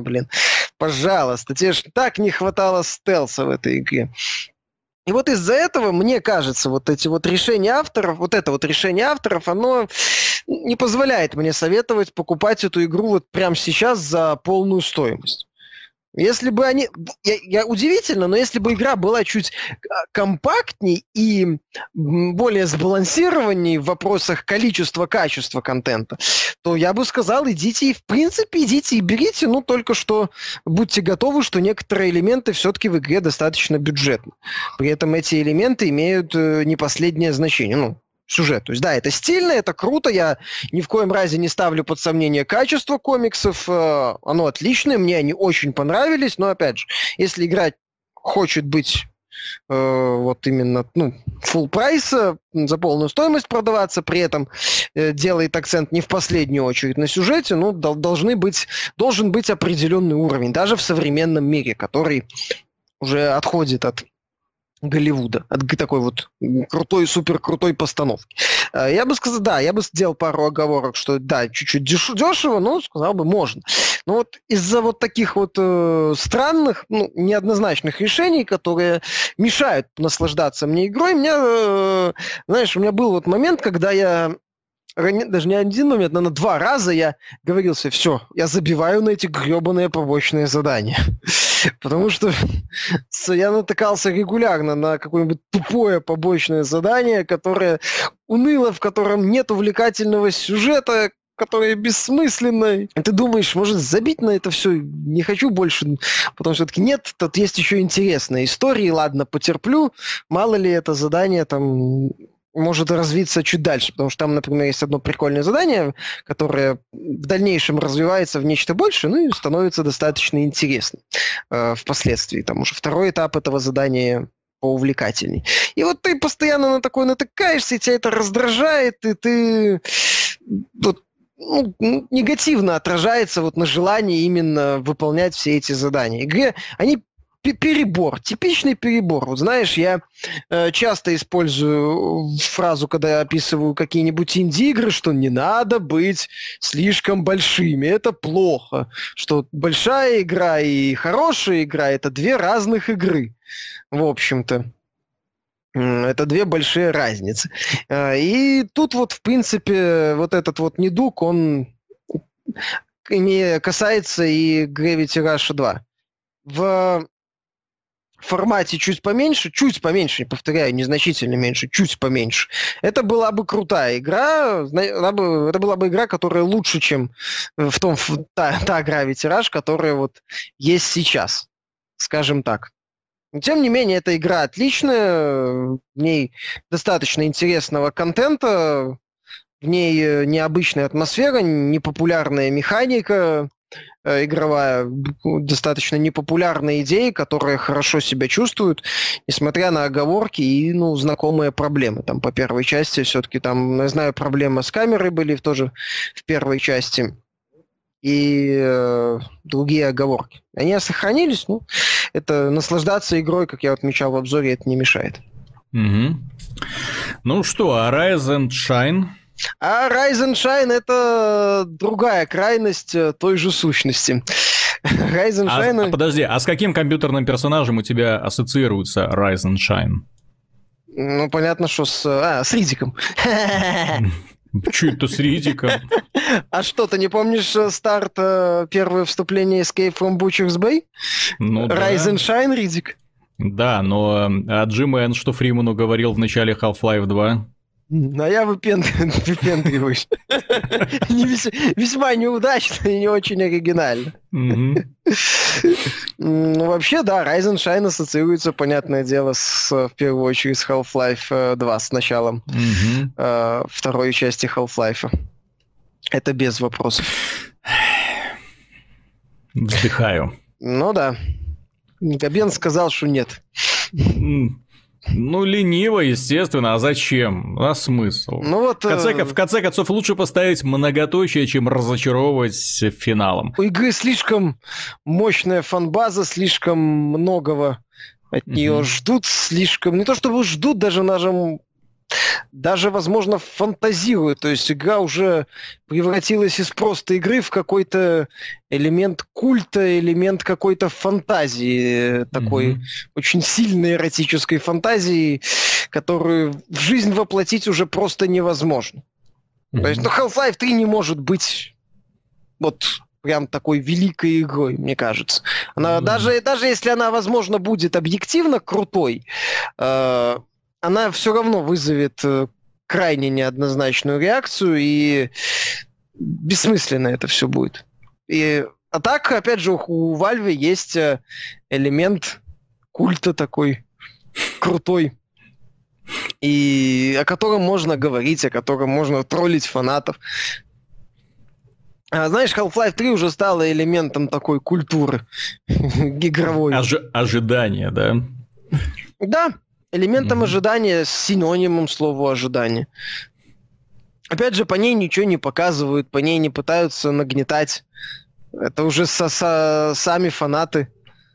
Пожалуйста, тебе же так не хватало стелса в этой игре. И вот из-за этого, мне кажется, вот это вот решение авторов, оно не позволяет мне советовать покупать эту игру вот прямо сейчас за полную стоимость. Если бы они... Я удивительно, но если бы игра была чуть компактней и более сбалансированней в вопросах количества-качества контента, то я бы сказал, идите и берите, ну, только что будьте готовы, что некоторые элементы все-таки в игре достаточно бюджетны. При этом эти элементы имеют не последнее значение, ну, сюжет. То есть, да, это стильно, это круто, я ни в коем разе не ставлю под сомнение качество комиксов, оно отличное, мне они очень понравились, но, опять же, если игра хочет быть вот именно, ну, full прайса, за полную стоимость продаваться, при этом делает акцент не в последнюю очередь на сюжете, ну, должен быть определенный уровень, даже в современном мире, который уже отходит от Голливуда, от такой вот супер крутой постановки. Я бы сказал, да, я бы сделал пару оговорок, что да, чуть-чуть дешево, но сказал бы, можно. Но вот из-за вот таких вот странных, ну, неоднозначных решений, которые мешают наслаждаться мне игрой, знаешь, у меня был вот момент, когда я даже не один момент, но на 2 раза я говорил себе, все, я забиваю на эти гребаные побочные задания. Потому что я натыкался регулярно на какое-нибудь тупое побочное задание, которое уныло, в котором нет увлекательного сюжета, которое бессмысленно. И ты думаешь, может, забить на это все, не хочу больше, потому что все-таки нет, тут есть еще интересные истории, ладно, потерплю, мало ли это задание там может развиться чуть дальше, потому что там, например, есть одно прикольное задание, которое в дальнейшем развивается в нечто большее, ну и становится достаточно интересным впоследствии. Там уже второй этап этого задания поувлекательней. И вот ты постоянно на такое натыкаешься, и тебя это раздражает, и ты вот, ну, негативно отражается вот на желании именно выполнять все эти задания. Игре они перебор, типичный перебор. Вот знаешь, я часто использую фразу, когда я описываю какие-нибудь инди-игры, что не надо быть слишком большими, это плохо. Что большая игра и хорошая игра – это 2 разных игры, в общем-то. Это 2 большие разницы. И тут вот, в принципе, вот этот вот недуг, он касается и Gravity Rush 2. В формате чуть поменьше, повторяю, незначительно меньше, чуть поменьше, это была бы крутая игра, это была бы игра, которая лучше, чем та Gravity Rush, которая вот есть сейчас, скажем так. Но, тем не менее, эта игра отличная, в ней достаточно интересного контента, в ней необычная атмосфера, непопулярная механика игровая, достаточно непопулярные идеи, которые хорошо себя чувствуют, несмотря на оговорки и, ну, знакомые проблемы. Там по первой части все-таки там, я знаю, проблемы с камерой были тоже в первой части. И другие оговорки. Они сохранились, ну, это наслаждаться игрой, как я отмечал в обзоре, это не мешает. Угу. Ну что, а Rise and Shine? А Rise and Shine — это другая крайность той же сущности. Rise and Shine... Подожди, а с каким компьютерным персонажем у тебя ассоциируется Rise and Shine? Ну, понятно, что с Ридиком. Чё это с Ридиком? А что, ты не помнишь старт, первое вступление Escape from Butcher's Bay? Ну, Rise and Shine, Ридик. Да, но G-Man, что Фриману говорил в начале Half-Life 2... А я выпендриваюсь. Весьма неудачно и не очень оригинально. Ну, вообще, да, Rise and Shine ассоциируется, понятное дело, в первую очередь с Half-Life 2, с началом второй части Half-Life. Это без вопросов. Вздыхаю. Ну да. Габен сказал, что нет. Ну, лениво, естественно, а зачем? А смысл? Ну, вот, в конце концов, лучше поставить многоточие, чем разочаровывать финалом. У игры слишком мощная фан-база, слишком многого от нее ждут, слишком... Не то чтобы ждут, даже, возможно, фантазируют. То есть игра уже превратилась из просто игры в какой-то элемент культа, элемент какой-то фантазии, такой очень сильной эротической фантазии, которую в жизнь воплотить уже просто невозможно. То есть, Half-Life 3 не может быть вот прям такой великой игрой, мне кажется. Она, даже если она, возможно, будет объективно крутой, она все равно вызовет крайне неоднозначную реакцию, и бессмысленно это все будет. А так, опять же, у Valve есть элемент культа такой крутой, и о котором можно говорить, о котором можно троллить фанатов. Знаешь, Half-Life 3 уже стала элементом такой культуры игровой. Ожидание, да? Да, элементом ожидания, с синонимом слова ожидания. Опять же, по ней ничего не показывают, по ней не пытаются нагнетать. Это уже сами фанаты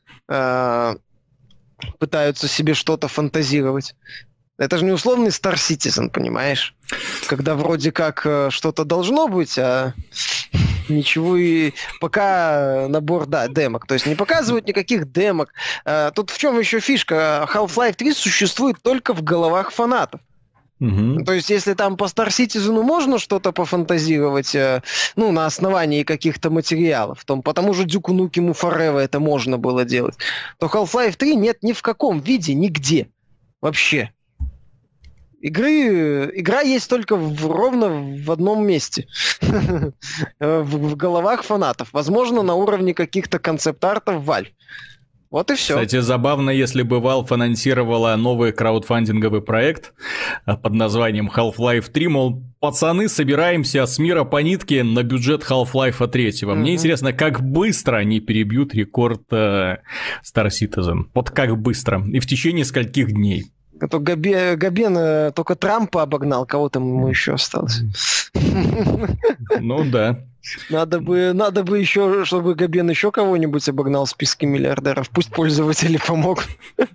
пытаются себе что-то фантазировать. Это же не условный Star Citizen, понимаешь? Когда вроде как что-то должно быть, а ничего и... Пока набор, да, демок. То есть не показывают никаких демок. Тут в чем еще фишка? Half-Life 3 существует только в головах фанатов. То есть, если там по Star Citizen можно что-то пофантазировать, на основании каких-то материалов, по тому же Duke Nukem Forever это можно было делать, то Half-Life 3 нет ни в каком виде, нигде. Вообще. Игра есть только ровно в одном месте. В головах фанатов. Возможно, на уровне каких-то концепт-артов Valve. Вот и все. Кстати, забавно, если бы Valve анонсировала новый краудфандинговый проект под названием Half-Life 3, мол, пацаны, собираемся с мира по нитке на бюджет Half-Life 3. Мне интересно, как быстро они перебьют рекорд Star Citizen. Вот как быстро. И в течение скольких дней. А то Габен только Трампа обогнал, кого там ему еще осталось. Ну да. Надо бы еще, чтобы Габен еще кого-нибудь обогнал в списке миллиардеров. Пусть пользователи помогут.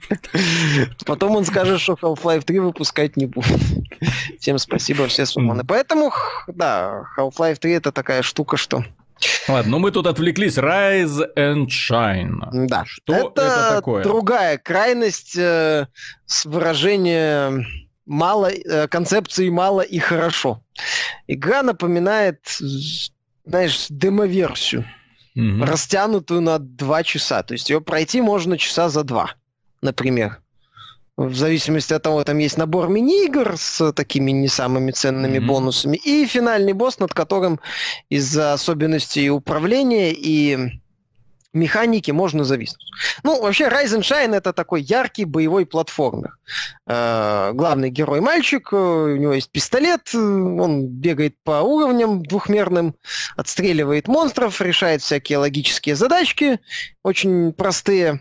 Потом он скажет, что Half-Life 3 выпускать не будет. Всем спасибо, все сумманы. Поэтому, да, Half-Life 3 это такая штука, что... Ладно, но мы тут отвлеклись. Rise and Shine. Да. Что это такое? Другая крайность с выражением концепции «мало» и «хорошо». Игра напоминает, знаешь, демо-версию, растянутую на 2 часа. То есть ее пройти можно часа за 2, например. В зависимости от того, там есть набор мини-игр с такими не самыми ценными бонусами, и финальный босс, над которым из-за особенностей управления и механики можно зависнуть. Вообще, Rise and Shine — это такой яркий боевой платформер. Главный герой мальчик, у него есть пистолет, он бегает по уровням двухмерным, отстреливает монстров, решает всякие логические задачки, очень простые.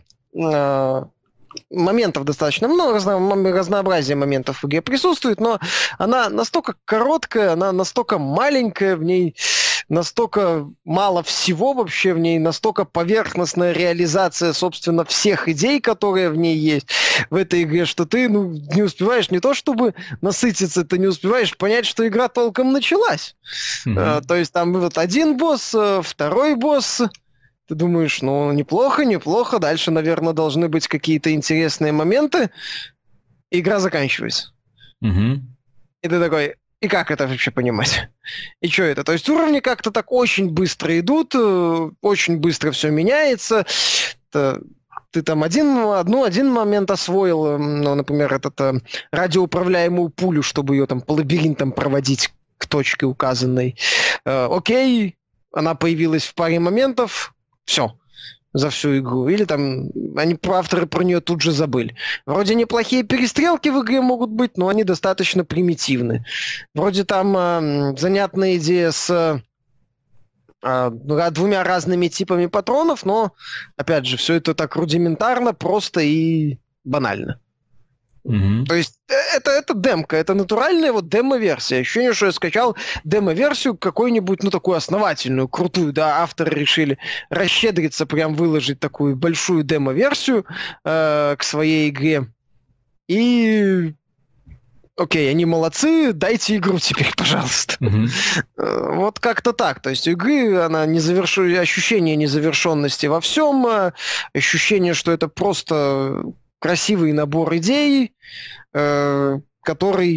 Моментов достаточно много, разнообразие моментов в игре присутствует, но она настолько короткая, она настолько маленькая, в ней настолько мало всего вообще, в ней настолько поверхностная реализация, собственно, всех идей, которые в ней есть в этой игре, что ты не успеваешь не то чтобы насытиться, ты не успеваешь понять, что игра толком началась. То есть там вот один босс, второй босс... Ты думаешь, неплохо, дальше, наверное, должны быть какие-то интересные моменты. Игра заканчивается. И ты такой, и как это вообще понимать? И что это? То есть уровни как-то так очень быстро идут, очень быстро все меняется. Ты там один момент освоил, например, радиоуправляемую пулю, чтобы ее там по лабиринтам проводить к точке указанной. Окей, она появилась в паре моментов, все, за всю игру. Или там авторы про нее тут же забыли. Вроде неплохие перестрелки в игре могут быть, но они достаточно примитивны. Вроде там занятная идея с 2 разными типами патронов, но, опять же, все это так рудиментарно, просто и банально. То есть это демка, это натуральная демо-версия. Ощущение, что я скачал демо-версию какую-нибудь, такую основательную, крутую, да, авторы решили расщедриться, прям выложить такую большую демо-версию к своей игре. И... Окей, они молодцы, дайте игру теперь, пожалуйста. Вот как-то так. То есть у игры ощущение незавершенности во всем, ощущение, что это просто... красивый набор идей, который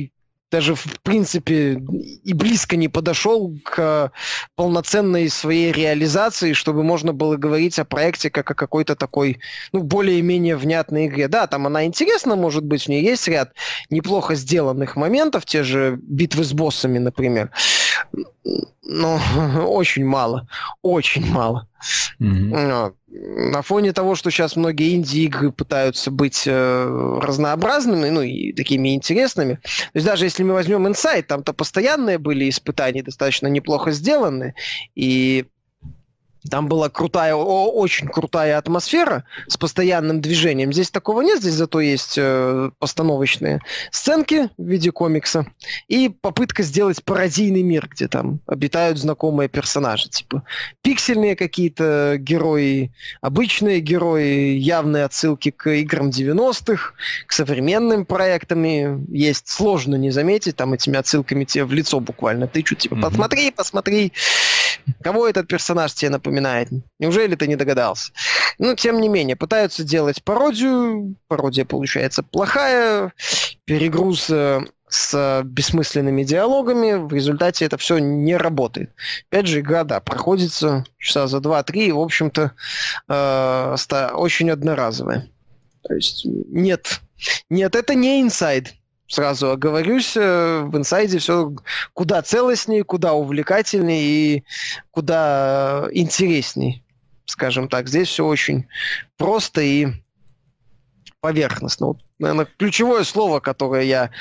даже в принципе и близко не подошел к полноценной своей реализации, чтобы можно было говорить о проекте как о какой-то такой, ну, более-менее внятной игре. Да, там она интересна, может быть, в ней есть ряд неплохо сделанных моментов, те же битвы с боссами, например. Но очень мало, очень мало. Mm-hmm. На фоне того, что сейчас многие инди-игры пытаются быть разнообразными, ну и такими интересными. То есть даже если мы возьмем Inside, там-то постоянные были испытания, достаточно неплохо сделанные, и там была крутая, очень крутая атмосфера с постоянным движением. Здесь такого нет, здесь зато есть постановочные сценки в виде комикса и попытка сделать пародийный мир, где там обитают знакомые персонажи. Типа пиксельные какие-то герои, обычные герои, явные отсылки к играм 90-х, к современным проектам. Есть сложно не заметить, там этими отсылками тебе в лицо буквально тычут. Типа посмотри, кого этот персонаж тебе напоминает? Неужели ты не догадался? Но, тем не менее, пытаются делать пародию. Пародия получается плохая. Перегруз с бессмысленными диалогами. В результате это все не работает. Опять же, игра, да, проходится часа за 2-3. И, в общем-то, очень одноразовая. То есть нет, это не Inside. Сразу оговорюсь, в Inside все куда целостнее, куда увлекательнее и куда интереснее, скажем так. Здесь все очень просто и поверхностно. Вот, наверное, ключевое слово, которым я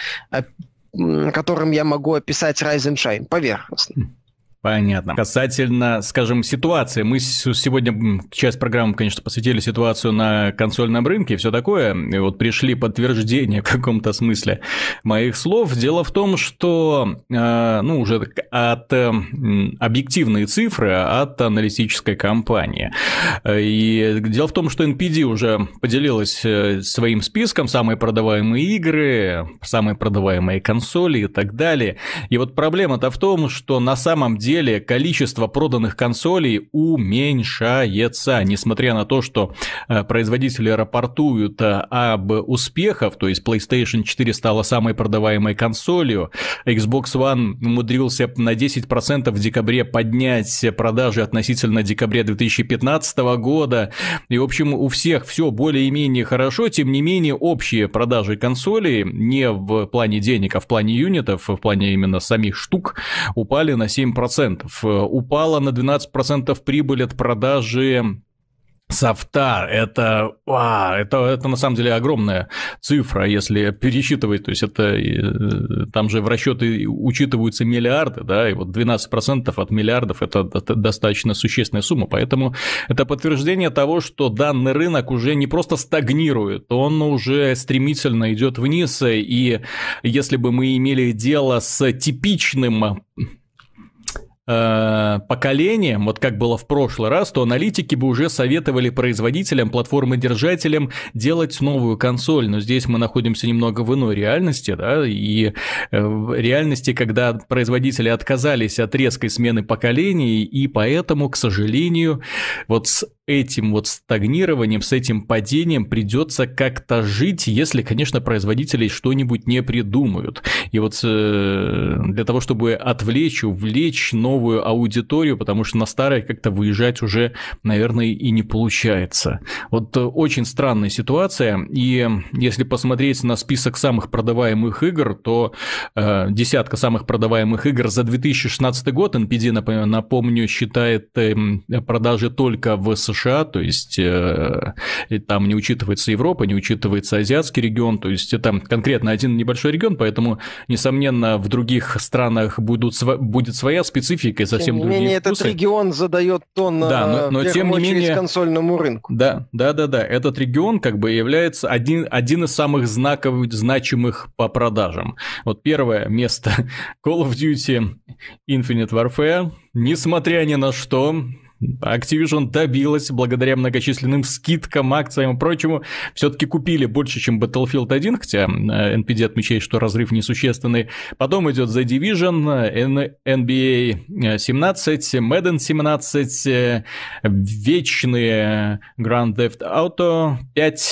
могу описать Rise and Shine – поверхностно. Понятно. Касательно, скажем, ситуации. Мы сегодня часть программы, конечно, посвятили ситуацию на консольном рынке и все такое. И вот пришли подтверждения в каком-то смысле моих слов. Дело в том, что, уже от объективные цифры от аналитической компании. И дело в том, что NPD уже поделилась своим списком самые продаваемые игры, самые продаваемые консоли и так далее. И вот проблема-то в том, что на самом деле количество проданных консолей уменьшается, несмотря на то, что производители рапортуют об успехах, то есть PlayStation 4 стала самой продаваемой консолью, Xbox One умудрился на 10% в декабре поднять продажи относительно декабря 2015 года, и, в общем, у всех все более-менее хорошо, тем не менее, общие продажи консолей не в плане денег, а в плане юнитов, в плане именно самих штук, упали на 7%. Упала на 12% прибыль от продажи софта. Это на самом деле огромная цифра, если пересчитывать, то есть это там же в расчеты учитываются миллиарды, да, и вот 12% от миллиардов – это достаточно существенная сумма, поэтому это подтверждение того, что данный рынок уже не просто стагнирует, он уже стремительно идет вниз, и если бы мы имели дело с типичным поколением, вот как было в прошлый раз, то аналитики бы уже советовали производителям, платформодержателям делать новую консоль, но здесь мы находимся немного в иной реальности, да, и в реальности, когда производители отказались от резкой смены поколений, и поэтому, к сожалению, вот с этим вот стагнированием, с этим падением придется как-то жить, если, конечно, производители что-нибудь не придумают. И вот для того, чтобы увлечь новую аудиторию, потому что на старой как-то выезжать уже, наверное, и не получается. Вот очень странная ситуация, и если посмотреть на список самых продаваемых игр, то десятка самых продаваемых игр за 2016 год NPD, напомню, считает продажи только в США, то есть там не учитывается Европа, не учитывается азиатский регион, то есть это конкретно один небольшой регион, поэтому, несомненно, в других странах будет своя специфика и совсем другие вкусы. Тем не менее, этот регион задает тон, но в первую очередь, консольному рынку. Да, этот регион как бы является один из самых значимых по продажам. Вот первое место Call of Duty Infinite Warfare, несмотря ни на что, Activision добилась благодаря многочисленным скидкам, акциям и прочему. Все-таки купили больше, чем Battlefield 1, хотя NPD отмечает, что разрыв несущественный. Потом идет The Division, NBA 17, Madden 17, вечные Grand Theft Auto 5,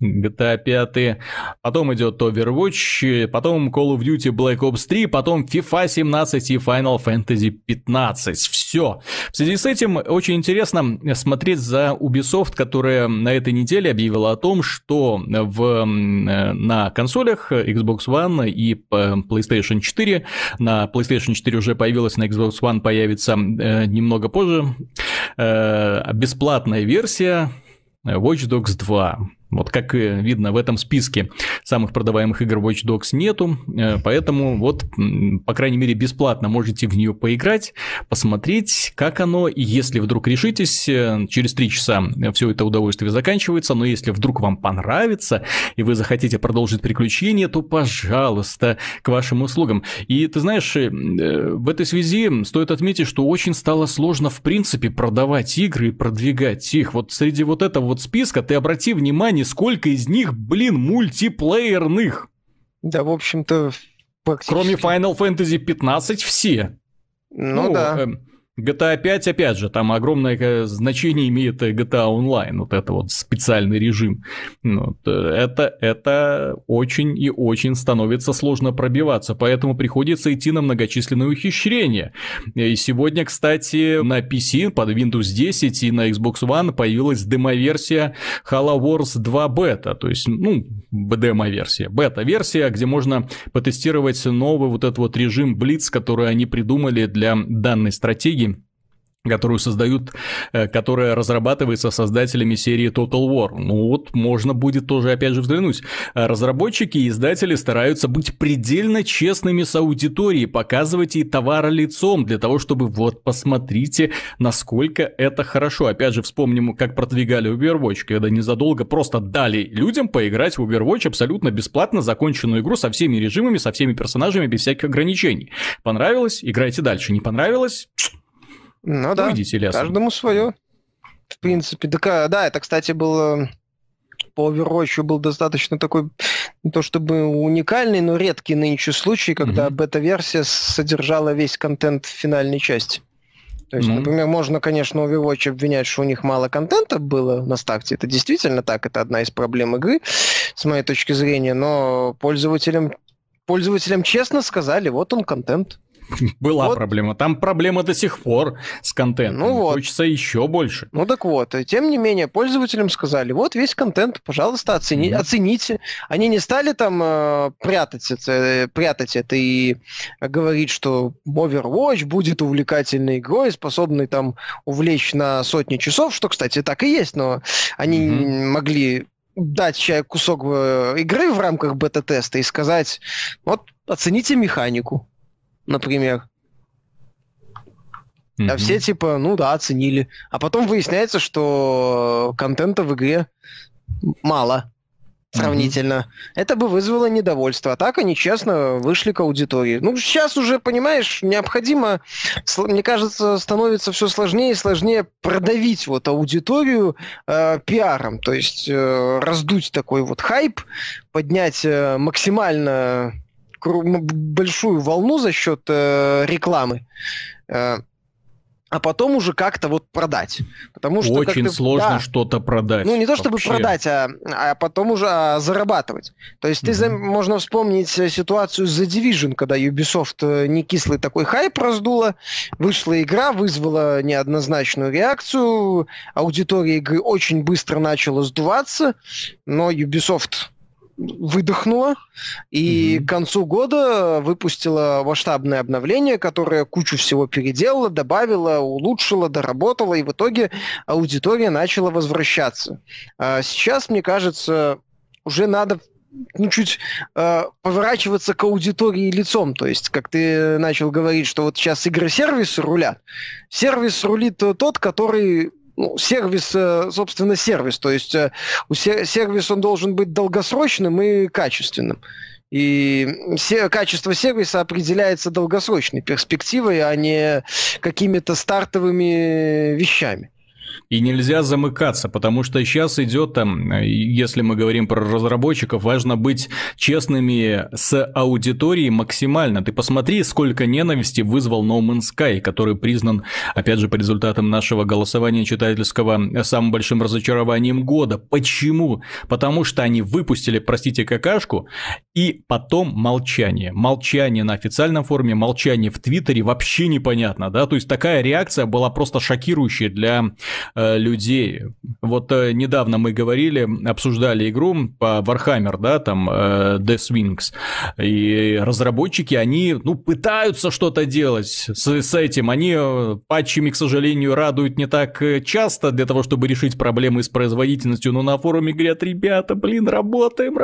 GTA 5, потом идет Overwatch, потом Call of Duty Black Ops 3, потом FIFA 17 и Final Fantasy 15. Все. В связи с этим очень интересно смотреть за Ubisoft, которая на этой неделе объявила о том, что на консолях Xbox One и PlayStation 4, на PlayStation 4 уже появилась, на Xbox One появится немного позже, бесплатная версия Watch Dogs 2. Вот как видно, в этом списке самых продаваемых игр Watch Dogs нету, поэтому вот, по крайней мере, бесплатно можете в нее поиграть, посмотреть, как оно, и если вдруг решитесь, через 3 часа все это удовольствие заканчивается, но если вдруг вам понравится, и вы захотите продолжить приключения, то, пожалуйста, к вашим услугам. И ты знаешь, в этой связи стоит отметить, что очень стало сложно, в принципе, продавать игры и продвигать их. Вот среди вот этого вот списка ты обрати внимание, сколько из них, мультиплеерных. Да, в общем-то, кроме Final Fantasy 15 все. Ну да. GTA 5, опять же, там огромное значение имеет GTA Online, вот это вот специальный режим. Это очень и очень становится сложно пробиваться, поэтому приходится идти на многочисленные ухищрения. И сегодня, кстати, на PC под Windows 10 и на Xbox One появилась демоверсия Halo Wars 2 Beta, то есть, демоверсия, бета-версия, где можно потестировать новый вот этот вот режим Blitz, который они придумали для данной стратегии, которую создают, которая разрабатывается создателями серии Total War. Можно будет тоже, опять же, взглянуть. Разработчики и издатели стараются быть предельно честными с аудиторией, показывать ей товар лицом, для того, чтобы посмотрите, насколько это хорошо. Опять же, вспомним, как продвигали Overwatch, когда незадолго просто дали людям поиграть в Overwatch абсолютно бесплатно, законченную игру со всеми режимами, со всеми персонажами, без всяких ограничений. Понравилось? Играйте дальше. Не понравилось? Ну да, каждому свое. В принципе, да, это, кстати, было по Overwatch был достаточно такой, не то чтобы уникальный, но редкий нынче случай, когда бета-версия содержала весь контент финальной части. То есть, например, можно, конечно, Overwatch обвинять, что у них мало контента было на старте. Это действительно так, это одна из проблем игры, с моей точки зрения, но пользователям честно сказали, вот он контент. Была проблема. Там проблема до сих пор с контентом. Хочется еще больше. Так вот. И тем не менее, пользователям сказали, вот весь контент, пожалуйста, оцените. Они не стали там прятать это и говорить, что Overwatch будет увлекательной игрой, способной там увлечь на сотни часов, что, кстати, так и есть, но они могли дать человеку кусок игры в рамках бета-теста и сказать, вот, оцените механику. Например. А все типа, оценили. А потом выясняется, что контента в игре мало сравнительно. Это бы вызвало недовольство. А так они честно вышли к аудитории. Сейчас уже, понимаешь, необходимо, мне кажется, становится все сложнее и сложнее продавить вот аудиторию пиаром. То есть раздуть такой вот хайп, поднять максимально большую волну за счет рекламы, а потом уже как-то вот продать. Потому что очень сложно что-то продать. Не то чтобы продать, а потом уже зарабатывать. То есть можно вспомнить ситуацию с The Division, когда Ubisoft некислый такой хайп раздула, вышла игра, вызвала неоднозначную реакцию, аудитория игры очень быстро начала сдуваться, но Ubisoft выдохнула и к концу года выпустила масштабное обновление, которое кучу всего переделало, добавило, улучшило, доработало, и в итоге аудитория начала возвращаться. Сейчас, мне кажется, уже надо чуть поворачиваться к аудитории лицом. То есть, как ты начал говорить, что вот сейчас игры-сервисы рулят. Сервис рулит тот, который... сервис, собственно, сервис. То есть сервис, он должен быть долгосрочным и качественным. И качество сервиса определяется долгосрочной перспективой, а не какими-то стартовыми вещами. И нельзя замыкаться, потому что сейчас идет там, если мы говорим про разработчиков, важно быть честными с аудиторией максимально. Ты посмотри, сколько ненависти вызвал No Man's Sky, который признан, опять же, по результатам нашего голосования читательского самым большим разочарованием года. Почему? Потому что они выпустили, простите, какашку, и потом молчание. Молчание на официальном форуме, молчание в Твиттере, вообще непонятно, да? То есть такая реакция была просто шокирующая для людей. Вот недавно мы говорили, обсуждали игру по Warhammer, да, там Death Wings, и разработчики, они, пытаются что-то делать с этим, они патчами, к сожалению, радуют не так часто для того, чтобы решить проблемы с производительностью, но на форуме говорят, ребята, работаем.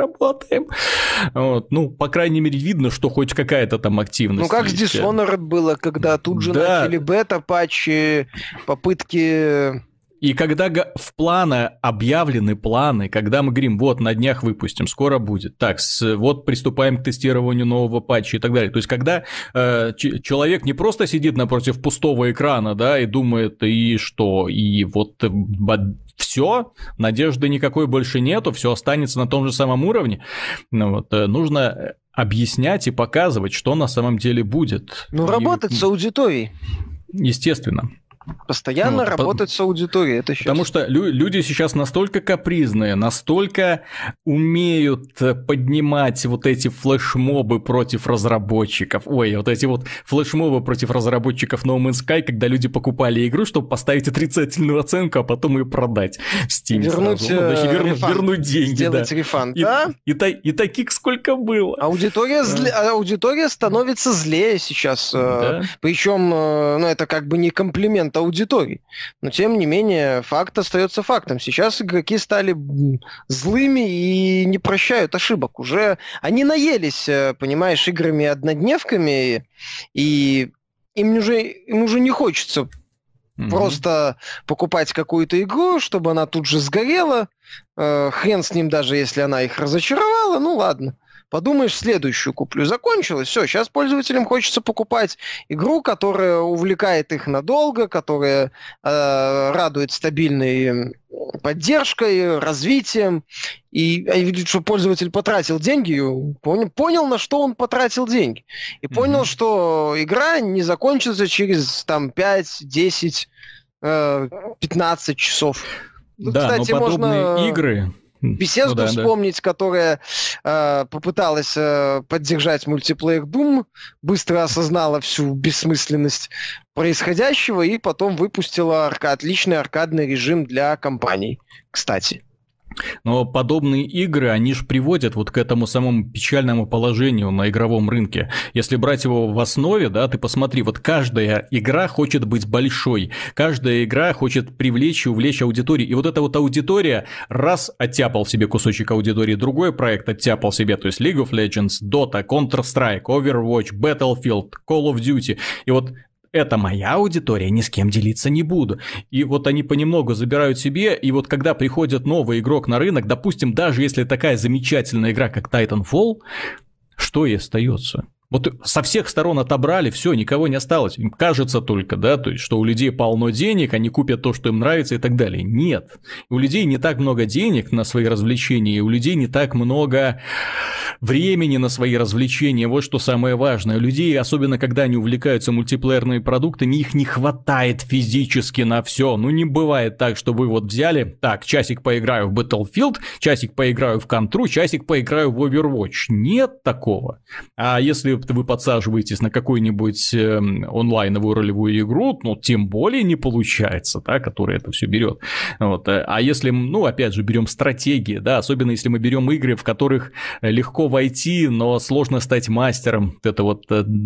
Вот, по крайней мере, видно, что хоть какая-то там активность. Как с Dishonored было, когда тут же начали бета-патчи, попытки... И когда в планы объявлены планы, когда мы говорим, вот на днях выпустим, скоро будет, так, вот приступаем к тестированию нового патча и так далее. То есть, когда человек не просто сидит напротив пустого экрана, да, и думает, и что, и вот все, надежды никакой больше нету, все останется на том же самом уровне, нужно объяснять и показывать, что на самом деле будет. Работать с аудиторией. Естественно. Постоянно работать с аудиторией. Это сейчас... Потому что люди сейчас настолько капризные, настолько умеют поднимать вот эти флешмобы против разработчиков. Ой, вот эти вот флешмобы против разработчиков No Man's Sky, когда люди покупали игру, чтобы поставить отрицательную оценку, а потом ее продать в Steam. Вернуть деньги. Сделать рефанд, да? И таких сколько было. Аудитория становится злее сейчас. Да? Причем, это как бы не комплимент аудитории. Но, тем не менее, факт остается фактом. Сейчас игроки стали злыми и не прощают ошибок. Уже они наелись, понимаешь, играми-однодневками, и им уже не хочется просто покупать какую-то игру, чтобы она тут же сгорела. Хрен с ним, даже если она их разочаровала, ладно. Подумаешь, следующую куплю. Закончилось, все. Сейчас пользователям хочется покупать игру, которая увлекает их надолго, которая радует стабильной поддержкой, развитием. И видит, что пользователь потратил деньги, понял, на что он потратил деньги. И понял, что игра не закончится через 5, 10, 15 часов. Да, кстати, но подобные игры... Bethesda вспомнить, которая попыталась поддержать мультиплеер Doom, быстро осознала всю бессмысленность происходящего и потом выпустила отличный аркадный режим для компаний, кстати. Но подобные игры, они же приводят вот к этому самому печальному положению на игровом рынке. Если брать его в основе, да, ты посмотри, вот каждая игра хочет быть большой, каждая игра хочет привлечь и увлечь аудиторию, и вот эта вот аудитория раз оттяпал себе кусочек аудитории, другой проект оттяпал себе, то есть League of Legends, Dota, Counter-Strike, Overwatch, Battlefield, Call of Duty, и вот это моя аудитория, ни с кем делиться не буду. И вот они понемногу забирают себе, и вот когда приходит новый игрок на рынок, допустим, даже если такая замечательная игра, как Titanfall, что и остается? Вот со всех сторон отобрали, все, никого не осталось. Им кажется только, да, то есть, что у людей полно денег, они купят то, что им нравится и так далее. Нет. У людей не так много денег на свои развлечения, и у людей не так много времени на свои развлечения. Вот что самое важное. У людей, особенно когда они увлекаются мультиплеерными продуктами, их не хватает физически на все. Не бывает так, что вы вот взяли, так, часик поиграю в Battlefield, часик поиграю в Contra, часик поиграю в Overwatch. Нет такого. А если вы подсаживаетесь на какую-нибудь онлайновую ролевую игру, тем более не получается, да, которая это все берет. Вот. А если, опять же, берем стратегии, да, особенно если мы берем игры, в которых легко войти, но сложно стать мастером, это вот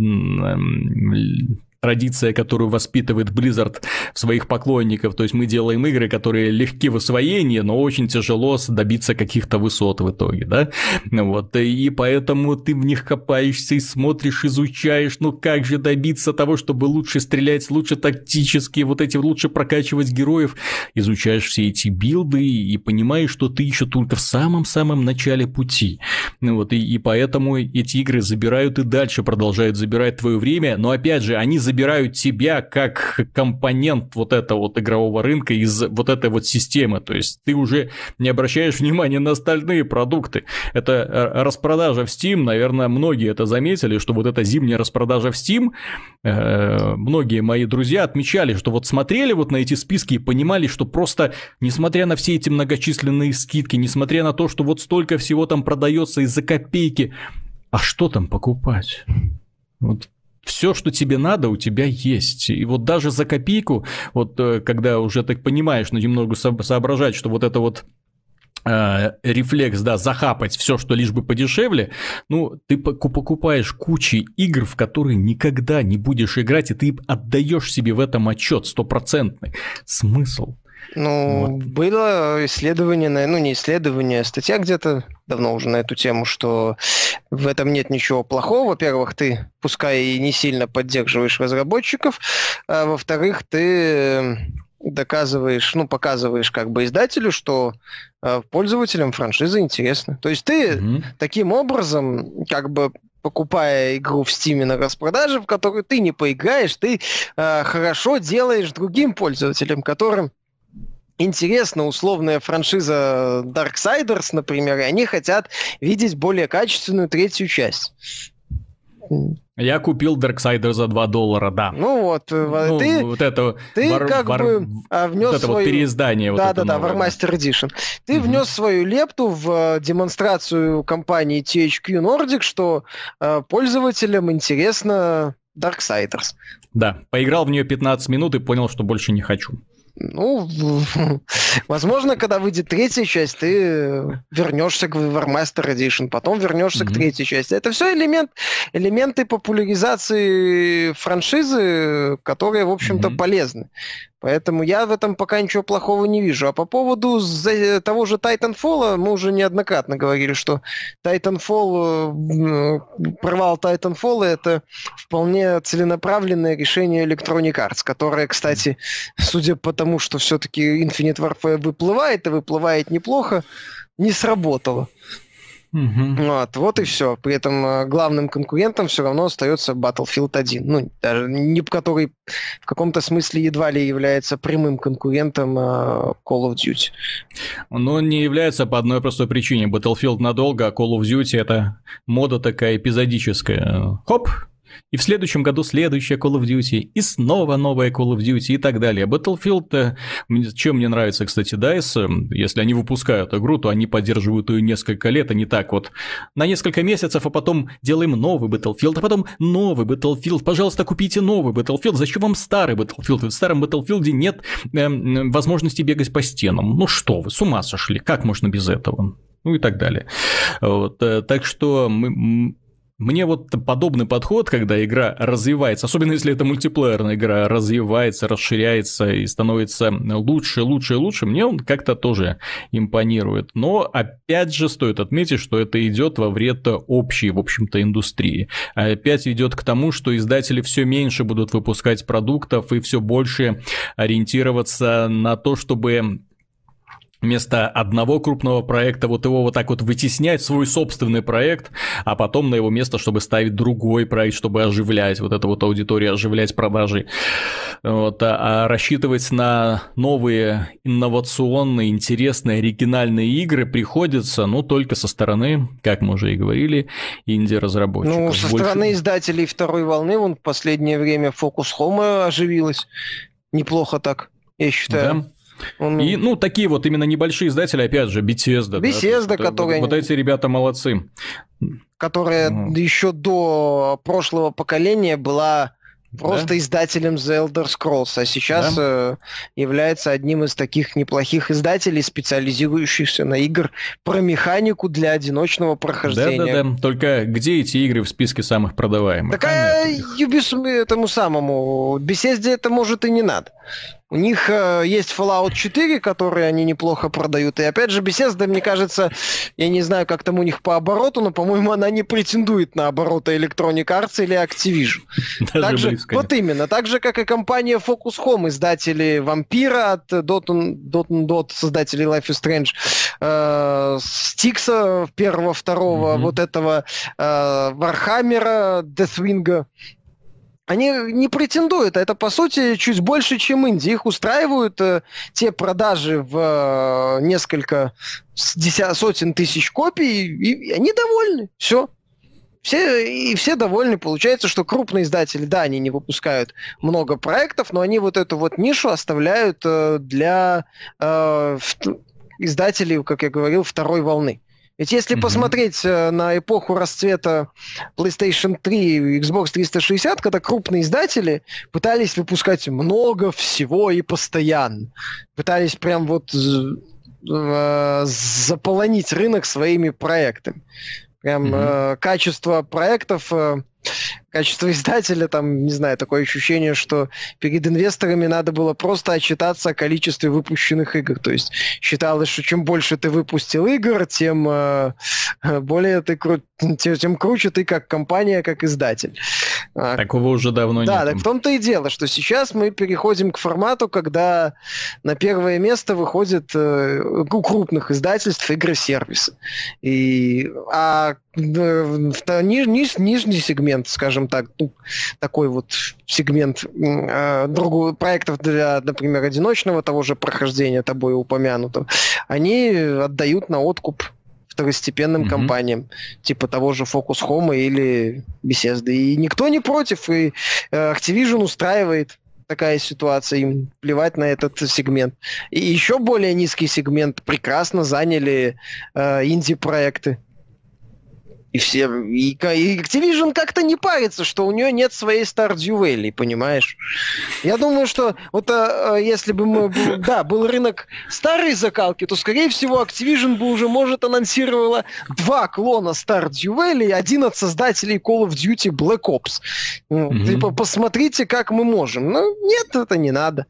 традиция, которую воспитывает Blizzard в своих поклонников. То есть мы делаем игры, которые легки в освоении, но очень тяжело добиться каких-то высот в итоге, да? Вот. И поэтому ты в них копаешься и смотришь, изучаешь, как же добиться того, чтобы лучше стрелять, лучше тактически, лучше прокачивать героев. Изучаешь все эти билды и понимаешь, что ты еще только в самом-самом начале пути. Вот. И поэтому эти игры забирают и дальше продолжают забирать твое время, но опять же, они забирают забирают тебя как компонент вот этого вот игрового рынка из вот этой вот системы. То есть ты уже не обращаешь внимания на остальные продукты. Это распродажа в Steam, наверное, многие это заметили, что вот эта зимняя распродажа в Steam, многие мои друзья отмечали, что вот смотрели вот на эти списки и понимали, что просто, несмотря на все эти многочисленные скидки, несмотря на то, что вот столько всего там продается из-за копейки, а что там покупать? Вот все, что тебе надо, у тебя есть. И вот даже за копейку, вот когда уже так понимаешь, ну, немного соображать, что вот это вот рефлекс, да, захапать все, что лишь бы подешевле, ну, ты покупаешь кучу игр, в которые никогда не будешь играть, и ты отдаешь себе в этом отчет стопроцентный. Смысл? Ну, вот. Было исследование, ну не исследование, а статья где-то давно уже на эту тему, что в этом нет ничего плохого. Во-первых, ты, пускай и не сильно поддерживаешь разработчиков, а во-вторых, ты доказываешь, ну, показываешь как бы издателю, что пользователям франшиза интересна. То есть ты таким образом как бы покупая игру в Steam на распродаже, в которую ты не поиграешь, ты хорошо делаешь другим пользователям, которым интересна условная франшиза Darksiders, например, и они хотят видеть более качественную третью часть. Я купил Darksiders за $2, да. Ну вот, ну, ты, вот это ты как бы внес вот это вот переиздание. Да-да-да, Warmaster Edition. Ты внес свою лепту в демонстрацию компании THQ Nordic, что пользователям интересно Darksiders. Да, поиграл в нее 15 минут и понял, что больше не хочу. Ну, возможно, когда выйдет третья часть, ты вернешься к Warmaster Edition, потом вернешься к третьей части. Это все элементы популяризации франшизы, которые, в общем-то, полезны. Поэтому я в этом пока ничего плохого не вижу. А по поводу того же Titanfall, мы уже неоднократно говорили, что Titanfall, провал Titanfall — это вполне целенаправленное решение Electronic Arts, которое, кстати, судя по тому, что все-таки Infinite Warfare выплывает, и выплывает неплохо, не сработало. Вот и все. При этом главным конкурентом все равно остается Battlefield 1. Ну, даже не который в каком-то смысле едва ли является прямым конкурентом Call of Duty. Но он не является по одной простой причине. Battlefield надолго, а Call of Duty — это мода такая эпизодическая. Хоп! И в следующем году следующая Call of Duty, и снова новая Call of Duty и так далее. Battlefield, чем мне нравится, кстати, DICE, если они выпускают игру, то они поддерживают ее несколько лет, а не так вот на несколько месяцев, а потом делаем новый Battlefield, а потом новый Battlefield. Пожалуйста, купите новый Battlefield. Зачем вам старый Battlefield? В старом Battlefield нет возможности бегать по стенам. Ну что вы, с ума сошли? Как можно без этого? Ну и так далее. Вот, так что мне вот подобный подход, когда игра развивается, особенно если это мультиплеерная игра, развивается, расширяется и становится лучше, лучше и лучше, мне он как-то тоже импонирует. Но опять же стоит отметить, что это идет во вред общей, в общем-то, индустрии. Опять идет к тому, что издатели все меньше будут выпускать продуктов и все больше ориентироваться на то, чтобы вместо одного крупного проекта вот его вот так вот вытеснять, свой собственный проект, а потом на его место, чтобы ставить другой проект, чтобы оживлять вот эту вот аудиторию, оживлять продажи. Вот, а рассчитывать на новые инновационные, интересные, оригинальные игры приходится, ну, только со стороны, как мы уже и говорили, инди-разработчиков. Ну, со стороны издателей второй волны, вон в последнее время Focus Home оживилась. Неплохо так, я считаю. Да. И, ну, такие вот именно небольшие издатели, опять же, Bethesda. Bethesda, да, которые... Вот эти ребята молодцы. Которая еще до прошлого поколения была просто издателем The Elder Scrolls, а сейчас является одним из таких неплохих издателей, специализирующихся на игр про механику для одиночного прохождения. Да-да-да, только где эти игры в списке самых продаваемых? Так Ubisoft этому самому, Bethesda это может и не надо. У них есть Fallout 4, который они неплохо продают. И опять же, Bethesda, мне кажется, я не знаю, как там у них по обороту, но, по-моему, она не претендует на обороты Electronic Arts или Activision. Даже близко. Вот именно. Так же, как и компания Focus Home, издатели Вампира от Dot, создатели Life is Strange, Стикса первого, второго, вот этого Вархаммера, Deathwing. Они не претендуют, это, по сути, чуть больше, чем инди. Их устраивают те продажи в несколько сотен тысяч копий, и они довольны. Все. Все довольны. Получается, что крупные издатели, да, они не выпускают много проектов, но они вот эту вот нишу оставляют для издателей, как я говорил, второй волны. Ведь если посмотреть на эпоху расцвета PlayStation 3 и Xbox 360, когда крупные издатели пытались выпускать много всего и постоянно. Пытались прям вот заполонить рынок своими проектами. Прям качество проектов... Качество издателя, там, не знаю, такое ощущение, что перед инвесторами надо было просто отчитаться о количестве выпущенных игр. То есть считалось, что чем больше ты выпустил игр, тем более тем круче ты как компания, как издатель. Такого уже давно нет. Да, так в том-то и дело, что сейчас мы переходим к формату, когда на первое место выходят у крупных издательств игры-сервисы. Нижний сегмент, скажем так, такой вот сегмент проектов для, например, одиночного того же прохождения тобой упомянутого, они отдают на откуп второстепенным компаниям, типа того же Focus Home или Bethesda. И никто не против, и Activision устраивает такая ситуация, им плевать на этот сегмент. И еще более низкий сегмент прекрасно заняли инди-проекты. И Activision как-то не парится, что у нее нет своей Stardew Valley, понимаешь? Я думаю, что вот если бы был рынок старой закалки, то, скорее всего, Activision бы уже, может, анонсировала 2 клона Stardew Valley и 1 от создателей Call of Duty Black Ops. Типа, посмотрите, как мы можем. Но нет, это не надо.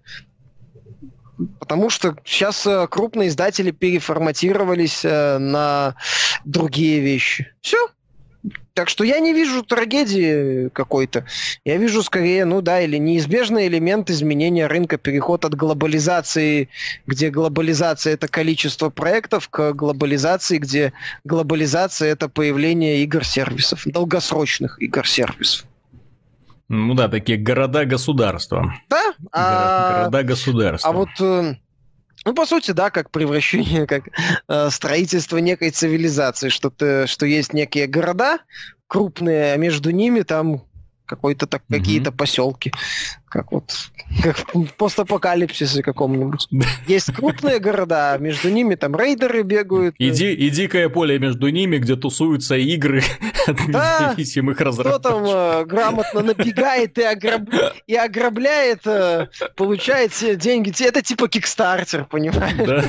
Потому что сейчас крупные издатели переформатировались на другие вещи. Все. Так что я не вижу трагедии какой-то. Я вижу скорее, или неизбежный элемент изменения рынка, переход от глобализации, где глобализация — это количество проектов, к глобализации, где глобализация — это появление игр-сервисов, долгосрочных игр-сервисов. Такие города-государства. Да? Города-государства. А вот... по сути, да, как превращение, как строительство некой цивилизации, что есть некие города крупные, а между ними там какие-то поселки. Как в постапокалипсисе каком-нибудь. Есть крупные города, а между ними там рейдеры бегают. И дикое поле между ними, где тусуются игры от независимых разработчиков. Кто там грамотно набегает и ограбляет, получает деньги. Это типа Kickstarter, понимаешь?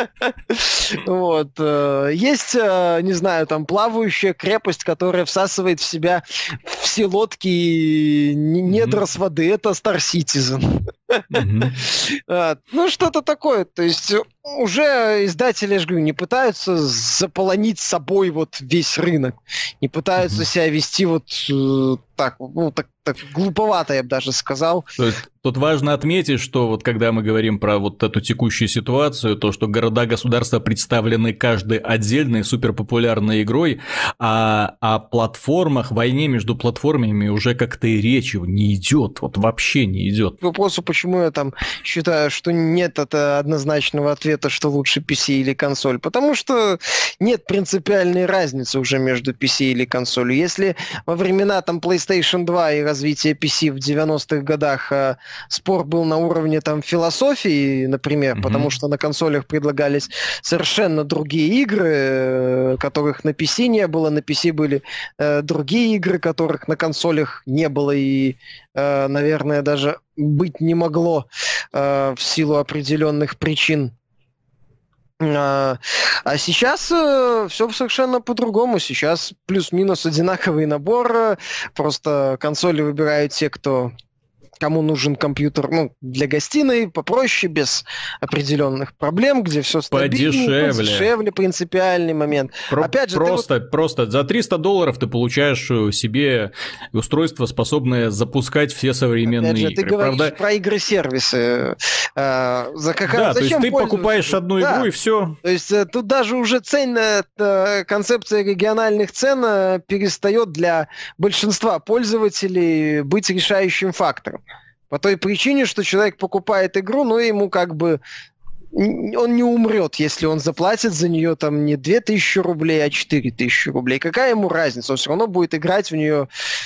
Вот. Есть, не знаю, там плавающая крепость, которая всасывает в себя все лодки и недра с воды. Это Star Citizen. Что-то такое. То есть уже издатели, я же говорю, не пытаются заполонить собой вот весь рынок. Не пытаются себя вести так глуповато, я бы даже сказал. То есть тут важно отметить, что вот когда мы говорим про вот эту текущую ситуацию, то, что города-государства представлены каждой отдельной суперпопулярной игрой, а о платформах, войне между платформами уже как-то и речи не идет, вот вообще не идет. К вопросу, почему я там считаю, что нет однозначного ответа, что лучше PC или консоль, потому что нет принципиальной разницы уже между PC или консолью. Если во времена там PlayStation 2 и развития PC в 90-х годах спор был на уровне там философии, например, потому что на консолях предлагались совершенно другие игры, которых на PC не было, на PC были другие игры, которых на консолях не было и, наверное, даже быть не могло в силу определенных причин. А сейчас все совершенно по-другому. Сейчас плюс-минус одинаковый набор. Просто консоли выбирают те, кто кому нужен компьютер, ну, для гостиной, попроще, без определенных проблем, где все стабильно, подешевле, принципиальный момент. Опять же, просто за $300 ты получаешь себе устройство, способное запускать все современные игры. Ты говоришь про игры-сервисы. Да, то есть ты покупаешь одну игру и все. То есть тут даже уже концепция региональных цен перестает для большинства пользователей быть решающим фактором. По той причине, что человек покупает игру, но ему как бы он не умрет, если он заплатит за нее там не 2000 рублей, а 4000 рублей. Какая ему разница? Он все равно будет играть в нее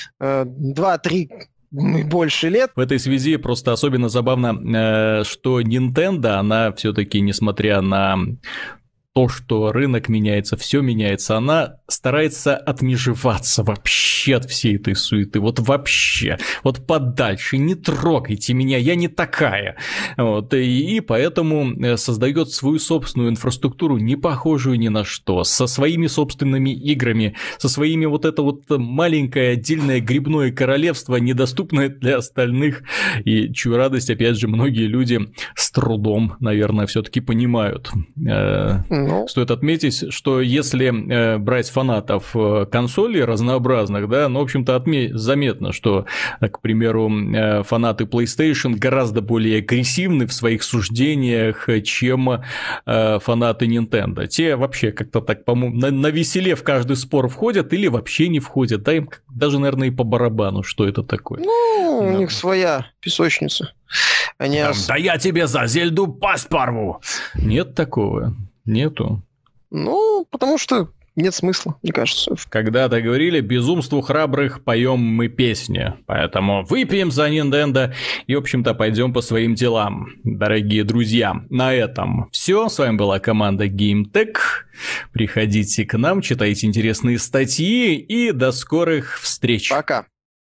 2-3 больше лет. В этой связи просто особенно забавно, что Nintendo, она все-таки, несмотря на то, что рынок меняется, все меняется, она старается отмежеваться вообще от всей этой суеты, вот вообще, вот подальше, не трогайте меня, я не такая, вот, и поэтому создает свою собственную инфраструктуру, не похожую ни на что, со своими собственными играми, со своими вот это вот маленькое отдельное грибное королевство, недоступное для остальных, и чью радость, опять же, многие люди с трудом, наверное, все-таки понимают. Стоит отметить, что если брать фанатов консолей разнообразных, да, ну, в общем-то, заметно, что, к примеру, фанаты PlayStation гораздо более агрессивны в своих суждениях, чем фанаты Nintendo. Те вообще как-то так, по-моему, на веселе в каждый спор входят или вообще не входят, да, им даже, наверное, и по барабану, что это такое. Ну, у них своя песочница. Да я тебе за Зельду пасть порву! Нет такого. Нету. Ну, потому что нет смысла, мне кажется. Когда-то говорили, безумству храбрых поем мы песни. Поэтому выпьем за Nintendo и, в общем-то, пойдем по своим делам. Дорогие друзья, на этом все. С вами была команда GameTech. Приходите к нам, читайте интересные статьи и до скорых встреч. Пока.